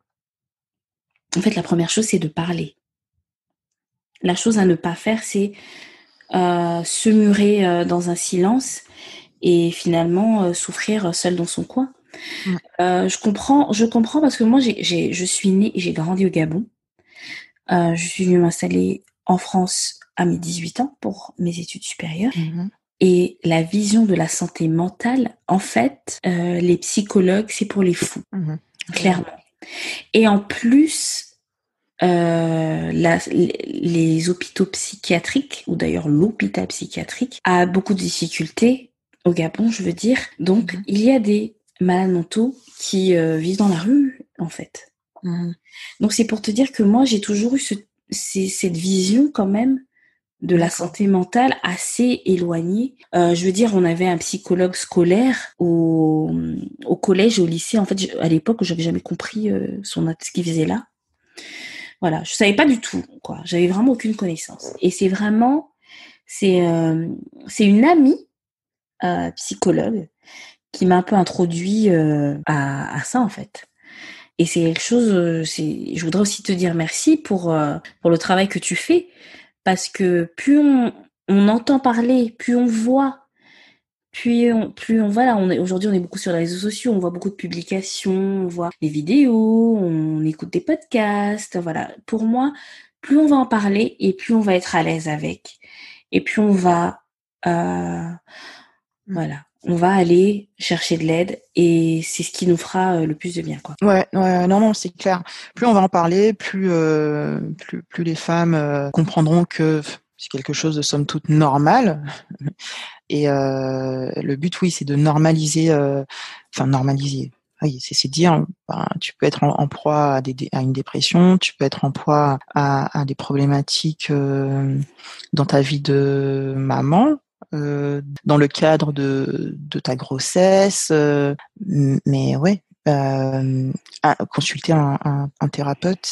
en fait la première chose c'est de parler. La chose à ne pas faire c'est se murer dans un silence et finalement souffrir seul dans son coin. Je comprends parce que moi je suis née et j'ai grandi au Gabon. Je suis venue m'installer en France à mes 18 ans pour mes études supérieures. Et la vision de la santé mentale, en fait, les psychologues, c'est pour les fous, clairement. Et en plus, les hôpitaux psychiatriques, ou d'ailleurs l'hôpital psychiatrique, a beaucoup de difficultés au Gabon, je veux dire. Donc, il y a des malades mentaux qui vivent dans la rue, en fait. Donc, c'est pour te dire que moi, j'ai toujours eu cette vision quand même de la santé mentale assez éloignée. Je veux dire, on avait un psychologue scolaire au collège, au lycée. En fait, à l'époque, j'avais jamais compris ce qu'il faisait là. Voilà, je savais pas du tout, quoi. J'avais vraiment aucune connaissance. Et c'est une amie psychologue qui m'a un peu introduit à ça en fait. Et c'est quelque chose. Je voudrais aussi te dire merci pour le travail que tu fais, parce que plus on entend parler, plus on voit. Voilà, aujourd'hui on est beaucoup sur les réseaux sociaux, on voit beaucoup de publications, on voit des vidéos, on écoute des podcasts, voilà. Pour moi, plus on va en parler et plus on va être à l'aise avec, et plus on va, voilà, on va aller chercher de l'aide, et c'est ce qui nous fera le plus de bien, quoi. Ouais, non, c'est clair. Plus on va en parler, plus les femmes comprendront que c'est quelque chose de somme toute normal. Et le but, oui, c'est de normaliser, oui, c'est dire, ben, tu peux être en proie à une dépression, tu peux être en proie à des problématiques dans ta vie de maman, dans le cadre de ta grossesse, mais ouais, consulter un thérapeute,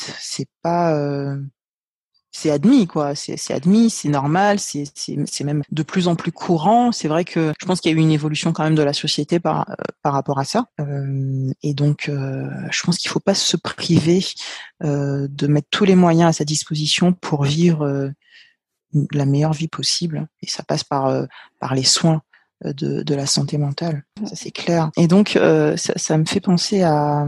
c'est admis, quoi. C'est admis, c'est normal, c'est même de plus en plus courant. C'est vrai que je pense qu'il y a eu une évolution quand même de la société par rapport à ça. Et donc, je pense qu'il faut pas se priver de mettre tous les moyens à sa disposition pour vivre la meilleure vie possible. Et ça passe par les soins de la santé mentale. Ça, c'est clair. Et donc, ça me fait penser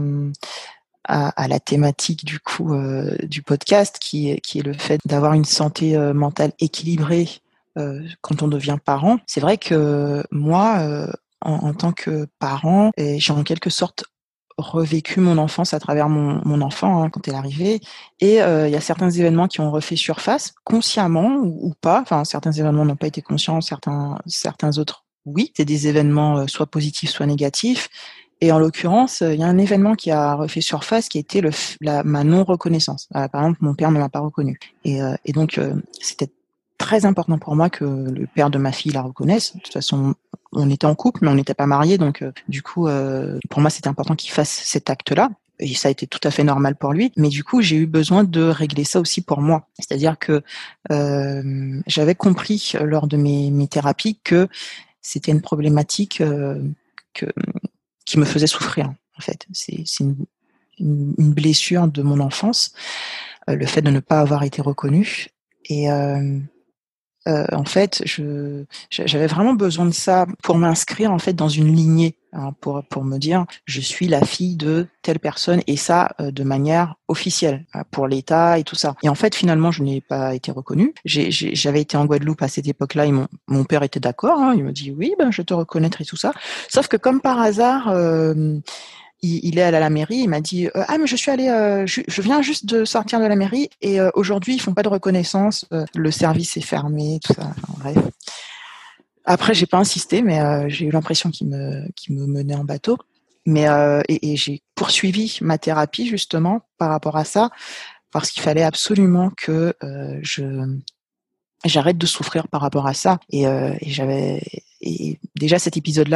à la thématique du coup du podcast qui est le fait d'avoir une santé mentale équilibrée quand on devient parent. C'est vrai que moi, en tant que parent, j'ai en quelque sorte revécu mon enfance à travers mon enfant quand elle est arrivée, et il y a certains événements qui ont refait surface consciemment ou pas. Enfin, certains événements n'ont pas été conscients, certains autres oui. C'est des événements soit positifs soit négatifs. Et en l'occurrence, il y a un événement qui a refait surface qui était ma non-reconnaissance. Par exemple, mon père ne m'a pas reconnu. Et donc, c'était très important pour moi que le père de ma fille la reconnaisse. De toute façon, on était en couple, mais on n'était pas mariés. Donc, du coup, pour moi, c'était important qu'il fasse cet acte-là. Et ça a été tout à fait normal pour lui. Mais du coup, j'ai eu besoin de régler ça aussi pour moi. C'est-à-dire que j'avais compris lors de mes thérapies que c'était une problématique qui me faisait souffrir, en fait. C'est une blessure de mon enfance, le fait de ne pas avoir été reconnue. Et en fait, j'avais vraiment besoin de ça pour m'inscrire en fait dans une lignée, hein, pour me dire je suis la fille de telle personne, et ça de manière officielle pour l'État et tout ça. Et en fait, finalement, je n'ai pas été reconnue. J'avais été en Guadeloupe à cette époque-là, et mon père était d'accord. Hein, il me dit oui, ben je te reconnaîtrai tout ça. Sauf que comme par hasard. Il est allé à la mairie, il m'a dit ah mais je suis allé, je viens juste de sortir de la mairie et aujourd'hui ils font pas de reconnaissance, le service est fermé, tout ça. Enfin, bref. Après j'ai pas insisté, mais j'ai eu l'impression qu'il me menait en bateau. Mais et j'ai poursuivi ma thérapie justement par rapport à ça, parce qu'il fallait absolument que j'arrête de souffrir par rapport à ça. Et déjà cet épisode-là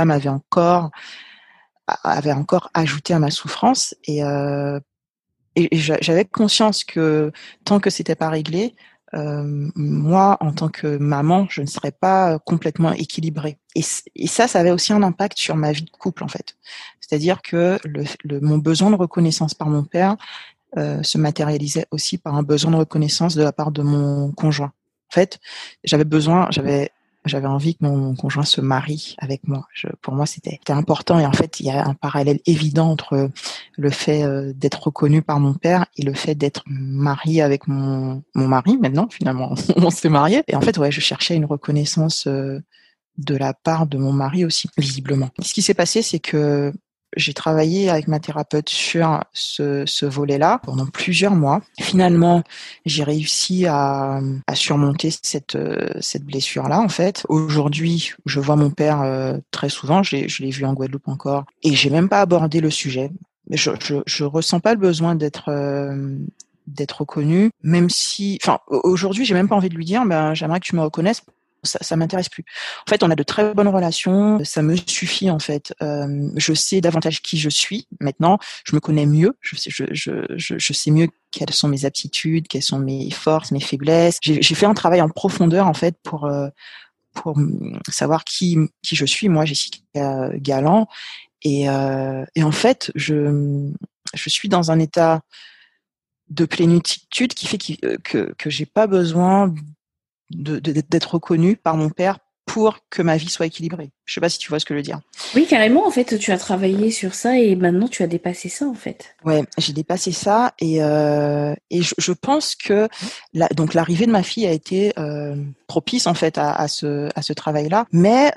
avait encore ajouté à ma souffrance, et j'avais conscience que tant que c'était pas réglé, moi en tant que maman, je ne serais pas complètement équilibrée. Et ça avait aussi un impact sur ma vie de couple en fait. C'est-à-dire que mon besoin de reconnaissance par mon père se matérialisait aussi par un besoin de reconnaissance de la part de mon conjoint. En fait, j'avais envie que mon conjoint se marie avec moi. Pour moi, c'était important. Et en fait, il y a un parallèle évident entre le fait d'être reconnu par mon père et le fait d'être mariée avec mon mari. Maintenant, finalement, on s'est mariés. Et en fait, ouais, je cherchais une reconnaissance de la part de mon mari aussi, visiblement. Ce qui s'est passé, c'est que j'ai travaillé avec ma thérapeute sur ce volet-là pendant plusieurs mois. Finalement, j'ai réussi à surmonter cette blessure-là, en fait. Aujourd'hui, je vois mon père très souvent. Je l'ai vu en Guadeloupe encore. Et j'ai même pas abordé le sujet. Je ressens pas le besoin d'être reconnu, même si, enfin, aujourd'hui, j'ai même pas envie de lui dire, ben, j'aimerais que tu me reconnaisses. Ça m'intéresse plus. En fait, on a de très bonnes relations. Ça me suffit en fait. Je sais davantage qui je suis maintenant. Je me connais mieux. Je sais mieux quelles sont mes aptitudes, quelles sont mes forces, mes faiblesses. J'ai fait un travail en profondeur en fait pour savoir qui je suis. Moi, Jessica Galland. Et en fait, je suis dans un état de plénitude qui fait que j'ai pas besoin d'être reconnue par mon père pour que ma vie soit équilibrée. Je sais pas si tu vois ce que je veux dire. Oui, carrément, en fait, tu as travaillé sur ça et maintenant tu as dépassé ça, en fait. Ouais, j'ai dépassé ça, et je pense que donc l'arrivée de ma fille a été propice en fait à ce travail-là, mais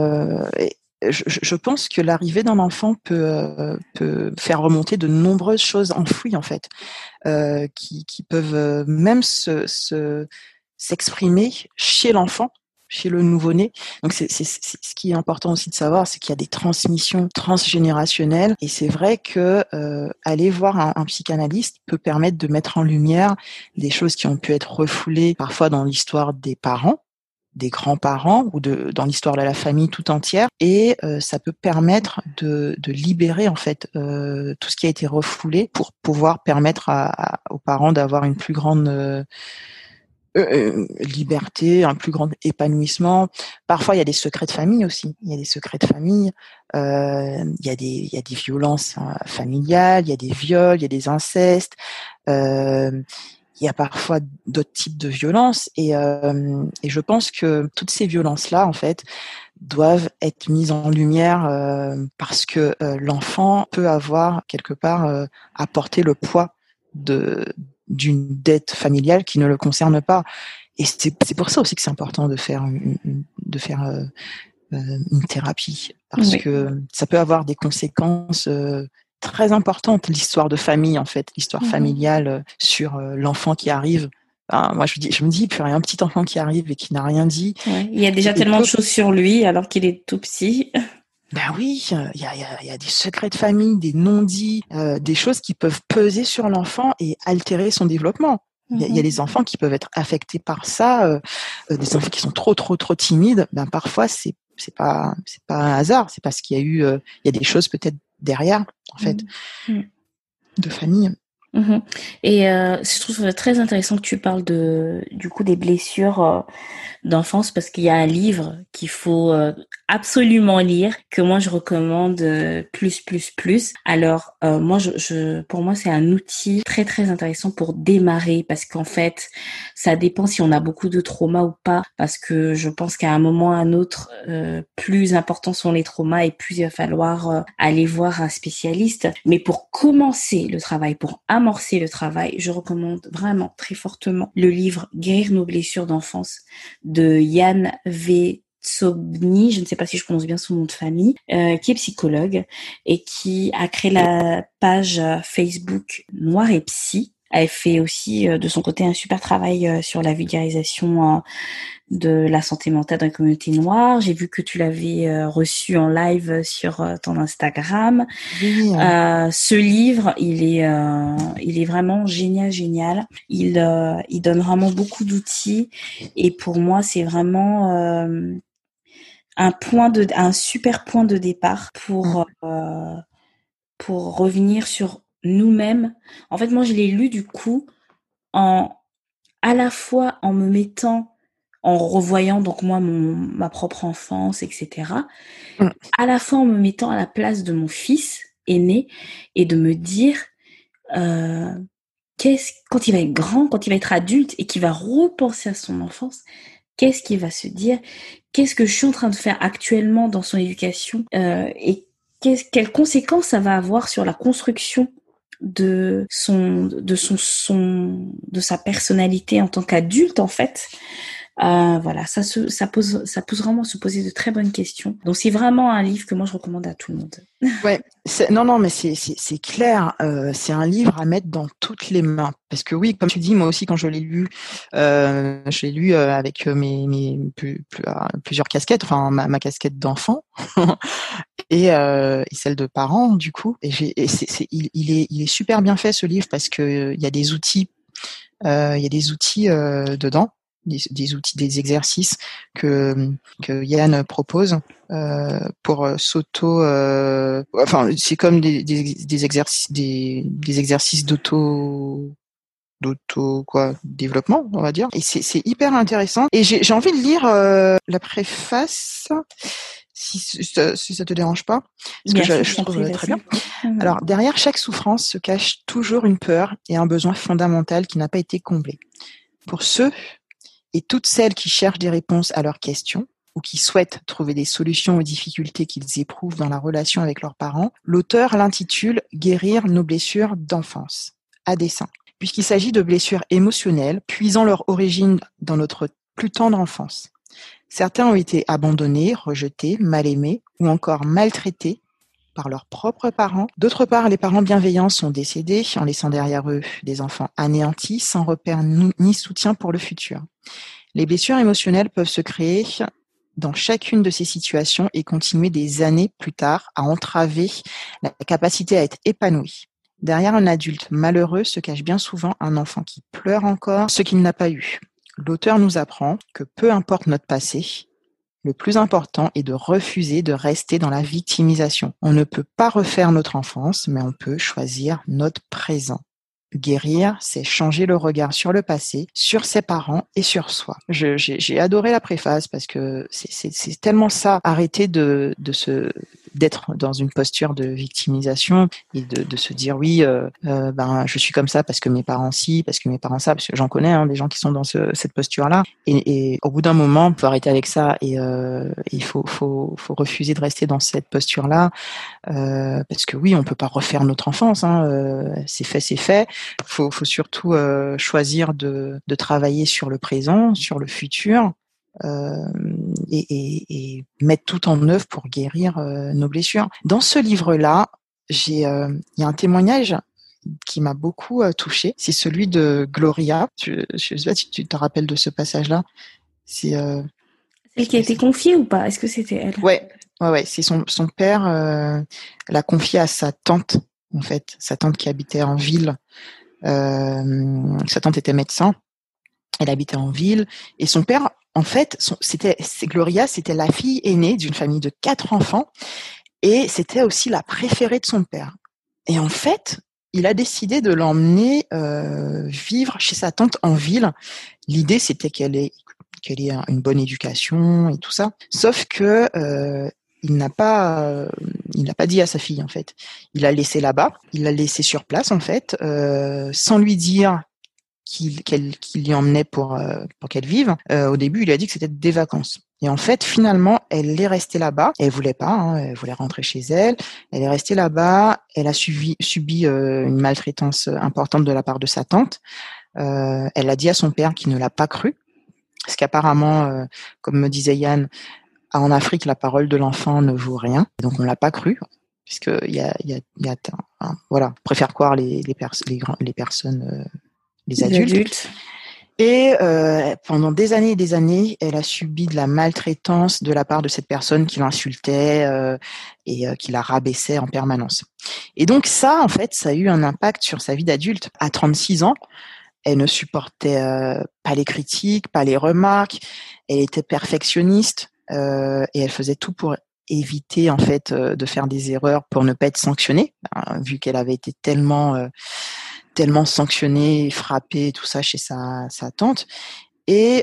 je pense que l'arrivée d'un enfant peut faire remonter de nombreuses choses enfouies en fait, qui peuvent même s'exprimer chez l'enfant chez le nouveau-né. Donc c'est ce qui est important aussi de savoir, c'est qu'il y a des transmissions transgénérationnelles, et c'est vrai que aller voir un psychanalyste peut permettre de mettre en lumière des choses qui ont pu être refoulées parfois dans l'histoire des parents, des grands-parents, ou dans l'histoire de la famille tout entière, et ça peut permettre de libérer en fait tout ce qui a été refoulé pour pouvoir permettre aux parents d'avoir une plus grande liberté, un plus grand épanouissement. Parfois, il y a des secrets de famille aussi. Il y a des secrets de famille. Il y a des violences familiales, il y a des viols, il y a des incestes. Il y a parfois d'autres types de violences, et je pense que toutes ces violences-là, en fait, doivent être mises en lumière parce que l'enfant peut avoir quelque part apporté le poids d'une dette familiale qui ne le concerne pas. Et c'est pour ça aussi que c'est important de faire une thérapie, parce que ça peut avoir des conséquences très importante, l'histoire de famille, en fait, l'histoire familiale sur l'enfant qui arrive. Moi, je me dis, puis un petit enfant qui arrive et qui n'a rien dit. Ouais, il y a déjà tellement de choses sur lui alors qu'il est tout petit. Ben oui, il y a des secrets de famille, des non-dits, des choses qui peuvent peser sur l'enfant et altérer son développement. Il y a des enfants qui peuvent être affectés par ça, des enfants qui sont trop timides. Ben parfois c'est pas un hasard, c'est parce qu'il y a eu il y a des choses peut-être derrière, en fait, de famille. Et je trouve ça très intéressant que tu parles du coup des blessures d'enfance, parce qu'il y a un livre qu'il faut absolument lire, que moi je recommande plus. Alors moi pour moi c'est un outil très très intéressant pour démarrer, parce qu'en fait ça dépend si on a beaucoup de traumas ou pas, parce que je pense qu'à un moment ou à un autre plus importants sont les traumas et plus il va falloir aller voir un spécialiste. Mais pour commencer le travail, pour amorcer le travail, je recommande vraiment très fortement le livre Guérir nos blessures d'enfance de Yann Vetsobny, je ne sais pas si je prononce bien son nom de famille, qui est psychologue et qui a créé la page Facebook Noir et Psy. Elle fait aussi de son côté un super travail sur la vulgarisation de la santé mentale dans la communauté noire. J'ai vu que tu l'avais reçu en live sur ton Instagram. Oui. Ce livre, il est vraiment génial. Il donne vraiment beaucoup d'outils, et pour moi, c'est vraiment un super point de départ pour revenir sur nous-mêmes. En fait, moi, je l'ai lu du coup à la fois en me mettant, en revoyant donc moi ma propre enfance, etc. À la fois en me mettant à la place de mon fils aîné, et de me dire quand il va être grand, quand il va être adulte et qu'il va repenser à son enfance, qu'est-ce qu'il va se dire? Qu'est-ce que je suis en train de faire actuellement dans son éducation, et quelles conséquences ça va avoir sur la construction de sa personnalité en tant qu'adulte, en fait. Voilà, ça pose vraiment se poser de très bonnes questions. Donc c'est vraiment un livre que moi je recommande à tout le monde. Ouais, non, mais c'est clair. C'est un livre à mettre dans toutes les mains, parce que oui, comme tu dis, moi aussi quand je l'ai lu avec plusieurs casquettes, enfin ma casquette d'enfant et celle de parent du coup. Et il est super bien fait, ce livre, parce que il y a des outils dedans. Des outils, des exercices que Yann propose pour enfin c'est comme des exercices développement, on va dire, et c'est hyper intéressant. Et j'ai envie de lire la préface, si ça te dérange pas, parce que je trouve très bien. Alors, derrière chaque souffrance se cache toujours une peur et un besoin fondamental qui n'a pas été comblé. Pour ceux et toutes celles qui cherchent des réponses à leurs questions, ou qui souhaitent trouver des solutions aux difficultés qu'ils éprouvent dans la relation avec leurs parents, l'auteur l'intitule « Guérir nos blessures d'enfance », à dessein, puisqu'il s'agit de blessures émotionnelles puisant leur origine dans notre plus tendre enfance. Certains ont été abandonnés, rejetés, mal aimés ou encore maltraités par leurs propres parents. D'autre part, les parents bienveillants sont décédés en laissant derrière eux des enfants anéantis, sans repère ni soutien pour le futur. Les blessures émotionnelles peuvent se créer dans chacune de ces situations et continuer des années plus tard à entraver la capacité à être épanoui. Derrière un adulte malheureux se cache bien souvent un enfant qui pleure encore ce qu'il n'a pas eu. L'auteur nous apprend que peu importe notre passé, le plus important est de refuser de rester dans la victimisation. On ne peut pas refaire notre enfance, mais on peut choisir notre présent. Guérir, c'est changer le regard sur le passé, sur ses parents et sur soi. J'ai adoré la préface parce que c'est tellement ça, arrêter d'être dans une posture de victimisation et de se dire oui, ben je suis comme ça parce que mes parents ci, parce que mes parents ça, parce que j'en connais des gens qui sont dans cette posture-là. Et au bout d'un moment, il faut arrêter avec ça et il faut refuser de rester dans cette posture-là. Parce que oui, on peut pas refaire notre enfance, c'est fait, c'est fait. Faut surtout choisir de travailler sur le présent, sur le futur, et mettre tout en œuvre pour guérir nos blessures. Dans ce livre-là, il y a un témoignage qui m'a beaucoup touchée. C'est celui de Gloria. Je sais pas si tu te rappelles de ce passage-là. C'est Celle qui a été confiée ou pas? Est-ce que c'était elle? Ouais. C'est son père l'a confié à sa tante, en fait, sa tante qui habitait en ville. Sa tante était médecin, elle habitait en ville, et son père, en fait, Gloria, c'était la fille aînée d'une famille de 4 enfants, et c'était aussi la préférée de son père. Et en fait, il a décidé de l'emmener vivre chez sa tante en ville. L'idée, c'était qu'elle ait une bonne éducation et tout ça. Sauf que il n'a pas dit à sa fille, en fait. Il l'a laissé là-bas, il l'a laissé sur place, en fait, sans lui dire qu'il l'y emmenait pour qu'elle vive. Au début, il lui a dit que c'était des vacances. Et en fait, finalement, elle est restée là-bas. Elle voulait pas, elle voulait rentrer chez elle. Elle est restée là-bas. Elle a subi une maltraitance importante de la part de sa tante. Elle a dit à son père qui ne l'a pas cru. Parce qu'apparemment, comme me disait Yann, en Afrique, la parole de l'enfant ne vaut rien. Donc, on l'a pas cru. Puisque voilà, on préfère croire les personnes, les adultes. Et pendant des années et des années, elle a subi de la maltraitance de la part de cette personne qui l'insultait et qui la rabaissait en permanence. Et donc ça, en fait, ça a eu un impact sur sa vie d'adulte. À 36 ans, elle ne supportait pas les critiques, pas les remarques. Elle était perfectionniste et elle faisait tout pour éviter en fait de faire des erreurs pour ne pas être sanctionnée, vu qu'elle avait été tellement sanctionnée, frappée, tout ça chez sa tante. Et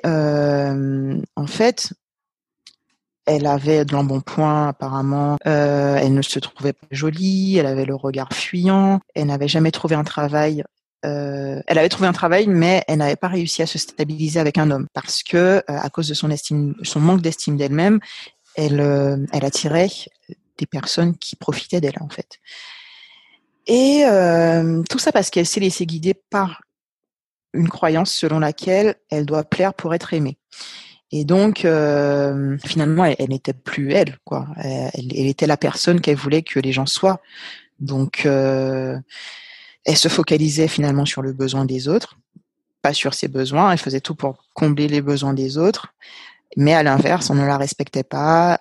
en fait, elle avait de l'embonpoint apparemment. Elle ne se trouvait pas jolie. Elle avait le regard fuyant. Elle n'avait jamais trouvé un travail. Elle avait trouvé un travail, mais elle n'avait pas réussi à se stabiliser avec un homme parce que, à cause de son manque d'estime d'elle-même, elle attirait des personnes qui profitaient d'elle en fait. Et tout ça parce qu'elle s'est laissée guider par une croyance selon laquelle elle doit plaire pour être aimée. Et donc, finalement, elle n'était plus elle, quoi. Elle était la personne qu'elle voulait que les gens soient. Donc, elle se focalisait finalement sur le besoin des autres, pas sur ses besoins. Elle faisait tout pour combler les besoins des autres. Mais à l'inverse, on ne la respectait pas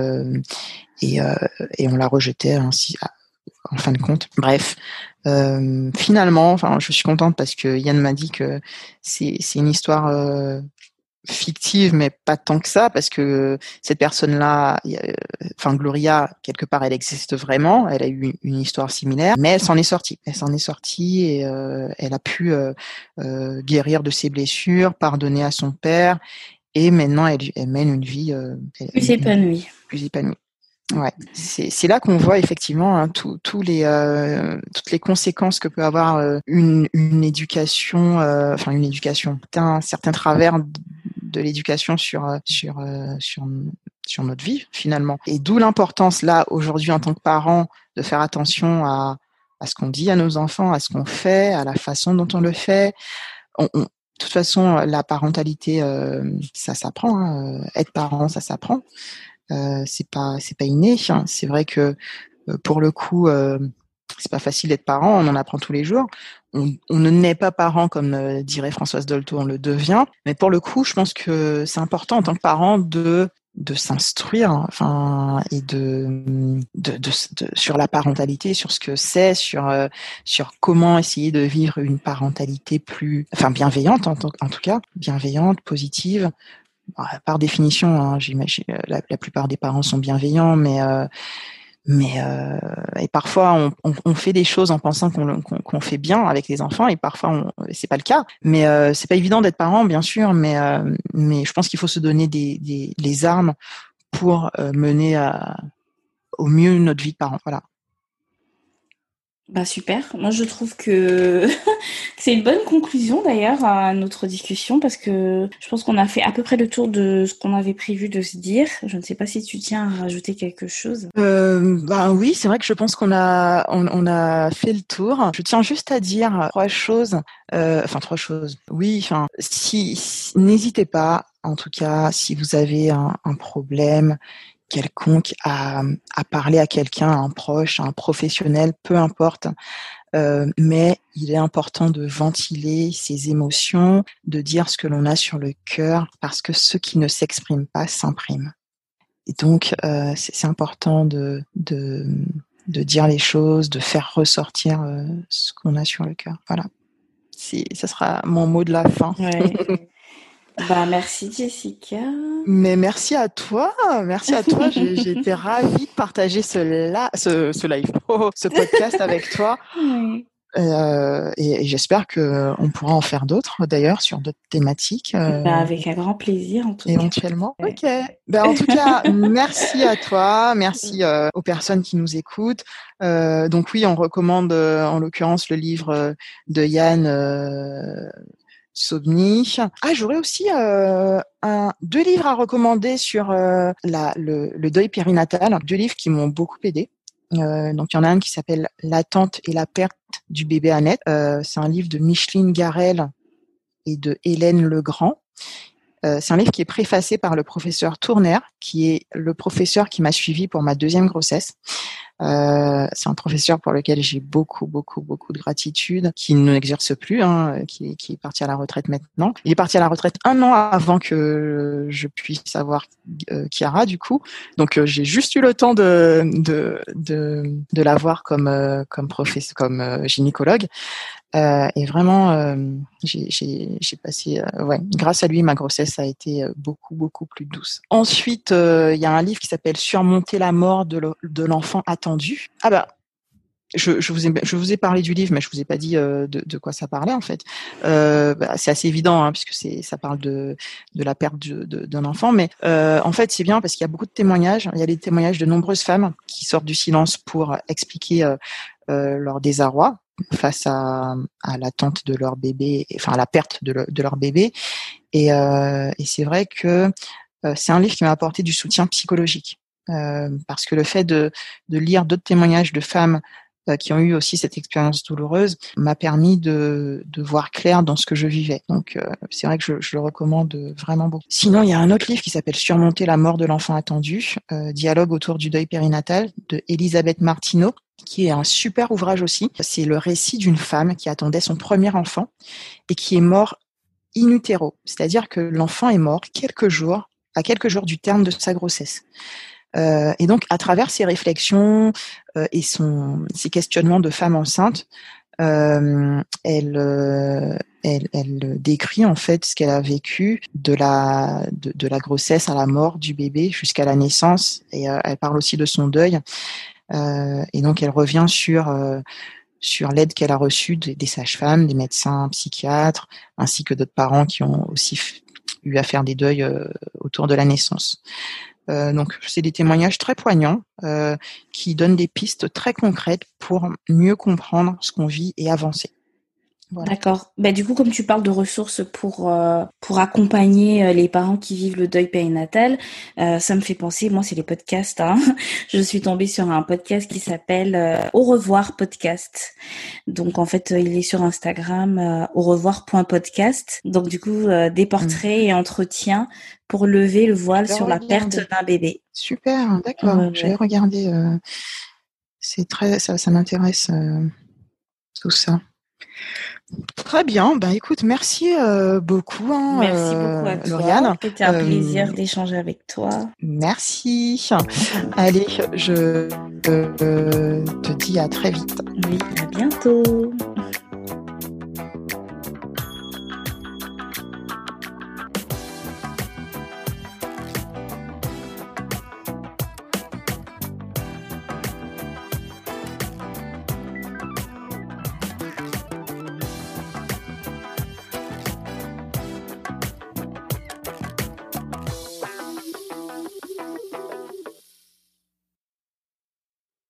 et on la rejetait ainsi. En fin de compte, bref, finalement, je suis contente parce que Yann m'a dit que c'est une histoire fictive, mais pas tant que ça, parce que cette personne-là, Gloria, quelque part, elle existe vraiment. Elle a eu une histoire similaire, mais elle s'en est sortie. Elle s'en est sortie et elle a pu guérir de ses blessures, pardonner à son père, et maintenant elle mène une vie plus épanouie. Plus épanouie. Ouais, c'est là qu'on voit effectivement toutes les conséquences que peut avoir une éducation, un certain travers de l'éducation sur notre vie finalement. Et d'où l'importance là aujourd'hui en tant que parents de faire attention à ce qu'on dit à nos enfants, à ce qu'on fait, à la façon dont on le fait. De toute façon, la parentalité, ça s'apprend. Être parent, ça s'apprend. C'est pas inné. C'est vrai que pour le coup, c'est pas facile d'être parent. On en apprend tous les jours. on ne naît pas parent comme dirait Françoise Dolto, on le devient. Mais pour le coup, je pense que c'est important en tant que parent de s'instruire, enfin, et sur la parentalité, sur ce que c'est, sur comment essayer de vivre une parentalité plus, enfin, bienveillante en tout cas, bienveillante, positive. Par définition, hein, j'imagine, la plupart des parents sont bienveillants, mais et parfois on fait des choses en pensant qu'on fait bien avec les enfants, et parfois c'est pas le cas. Mais c'est pas évident d'être parent, bien sûr, mais je pense qu'il faut se donner les armes pour mener au mieux notre vie de parent. Voilà. Bah super. Moi, je trouve que c'est une bonne conclusion d'ailleurs à notre discussion, parce que je pense qu'on a fait à peu près le tour de ce qu'on avait prévu de se dire. Je ne sais pas si tu tiens à rajouter quelque chose. Oui, c'est vrai que je pense qu'on a fait le tour. Je tiens juste à dire trois choses. Trois choses. Oui, si n'hésitez pas, en tout cas, si vous avez un problème quelconque, à parler à quelqu'un, à un proche, à un professionnel, peu importe. Mais il est important de ventiler ses émotions, de dire ce que l'on a sur le cœur, parce que ce qui ne s'exprime pas s'imprime. Et donc, c'est important de dire les choses, de faire ressortir ce qu'on a sur le cœur. Voilà. Ça sera mon mot de la fin. Ouais. Bah merci Jessica. Mais merci à toi. J'ai été ravie de partager ce live, ce podcast avec toi. Oui. Et j'espère que on pourra en faire d'autres, d'ailleurs, sur d'autres thématiques. Bah avec un grand plaisir en tout cas. Éventuellement. Ouais. Ok. Ben, en tout cas, merci à toi, merci aux personnes qui nous écoutent. Donc oui, on recommande en l'occurrence le livre de Yann Sobny. Ah, j'aurais aussi deux livres à recommander sur le deuil périnatal, deux livres qui m'ont beaucoup aidé. Donc il y en a un qui s'appelle L'attente et la perte du bébé Annette. C'est un livre de Micheline Garel et de Hélène Legrand. C'est un livre qui est préfacé par le professeur Tourner, qui est le professeur qui m'a suivi pour ma deuxième grossesse. C'est un professeur pour lequel j'ai beaucoup de gratitude, qui n'exerce plus, qui est parti à la retraite maintenant. Il est parti à la retraite 1 an avant que je puisse avoir Chiara, du coup. Donc j'ai juste eu le temps de l'avoir comme professeur, comme gynécologue. Et vraiment, j'ai passé, grâce à lui, ma grossesse a été beaucoup plus douce. Ensuite, il y a un livre qui s'appelle Surmonter la mort de l'enfant attendu. Ah bah, je vous ai parlé du livre, mais je vous ai pas dit de quoi ça parlait en fait. C'est assez évident, puisque ça parle de la perte d'un enfant, mais en fait c'est bien parce qu'il y a beaucoup de témoignages. Il y a des témoignages de nombreuses femmes qui sortent du silence pour expliquer leur désarroi face à l'attente de leur bébé, enfin à la perte de leur bébé. Et c'est vrai que c'est un livre qui m'a apporté du soutien psychologique, parce que le fait de lire d'autres témoignages de femmes qui ont eu aussi cette expérience douloureuse m'a permis de voir clair dans ce que je vivais. Donc c'est vrai que je le recommande vraiment beaucoup. Sinon, il y a un autre livre qui s'appelle Surmonter la mort de l'enfant attendu, dialogue autour du deuil périnatal, de Elisabeth Martineau, qui est un super ouvrage aussi. C'est le récit d'une femme qui attendait son premier enfant et qui est mort in utero, c'est-à-dire que l'enfant est mort à quelques jours du terme de sa grossesse. Et donc, à travers ses réflexions et ses questionnements de femme enceinte, elle décrit en fait ce qu'elle a vécu de la grossesse à la mort du bébé jusqu'à la naissance, et elle parle aussi de son deuil. Et donc, elle revient sur l'aide qu'elle a reçue des sages-femmes, des médecins psychiatres, ainsi que d'autres parents qui ont aussi eu à faire des deuils autour de la naissance. Donc, c'est des témoignages très poignants qui donnent des pistes très concrètes pour mieux comprendre ce qu'on vit et avancer. Voilà. D'accord. Bah, du coup, comme tu parles de ressources pour accompagner les parents qui vivent le deuil périnatal, ça me fait penser, moi, c'est les podcasts. Je suis tombée sur un podcast qui s'appelle Au revoir podcast. Donc, en fait, il est sur Instagram, au revoir.podcast. Donc, du coup, des portraits et entretiens pour lever le voile sur la perte d'un bébé. Super, d'accord. Ouais. Je vais regarder. C'est ça m'intéresse tout ça. Très bien. Ben, écoute, merci beaucoup, Merci beaucoup à toi. Lauriane. C'était un plaisir d'échanger avec toi. Merci. Allez, je te dis à très vite. Oui, à bientôt.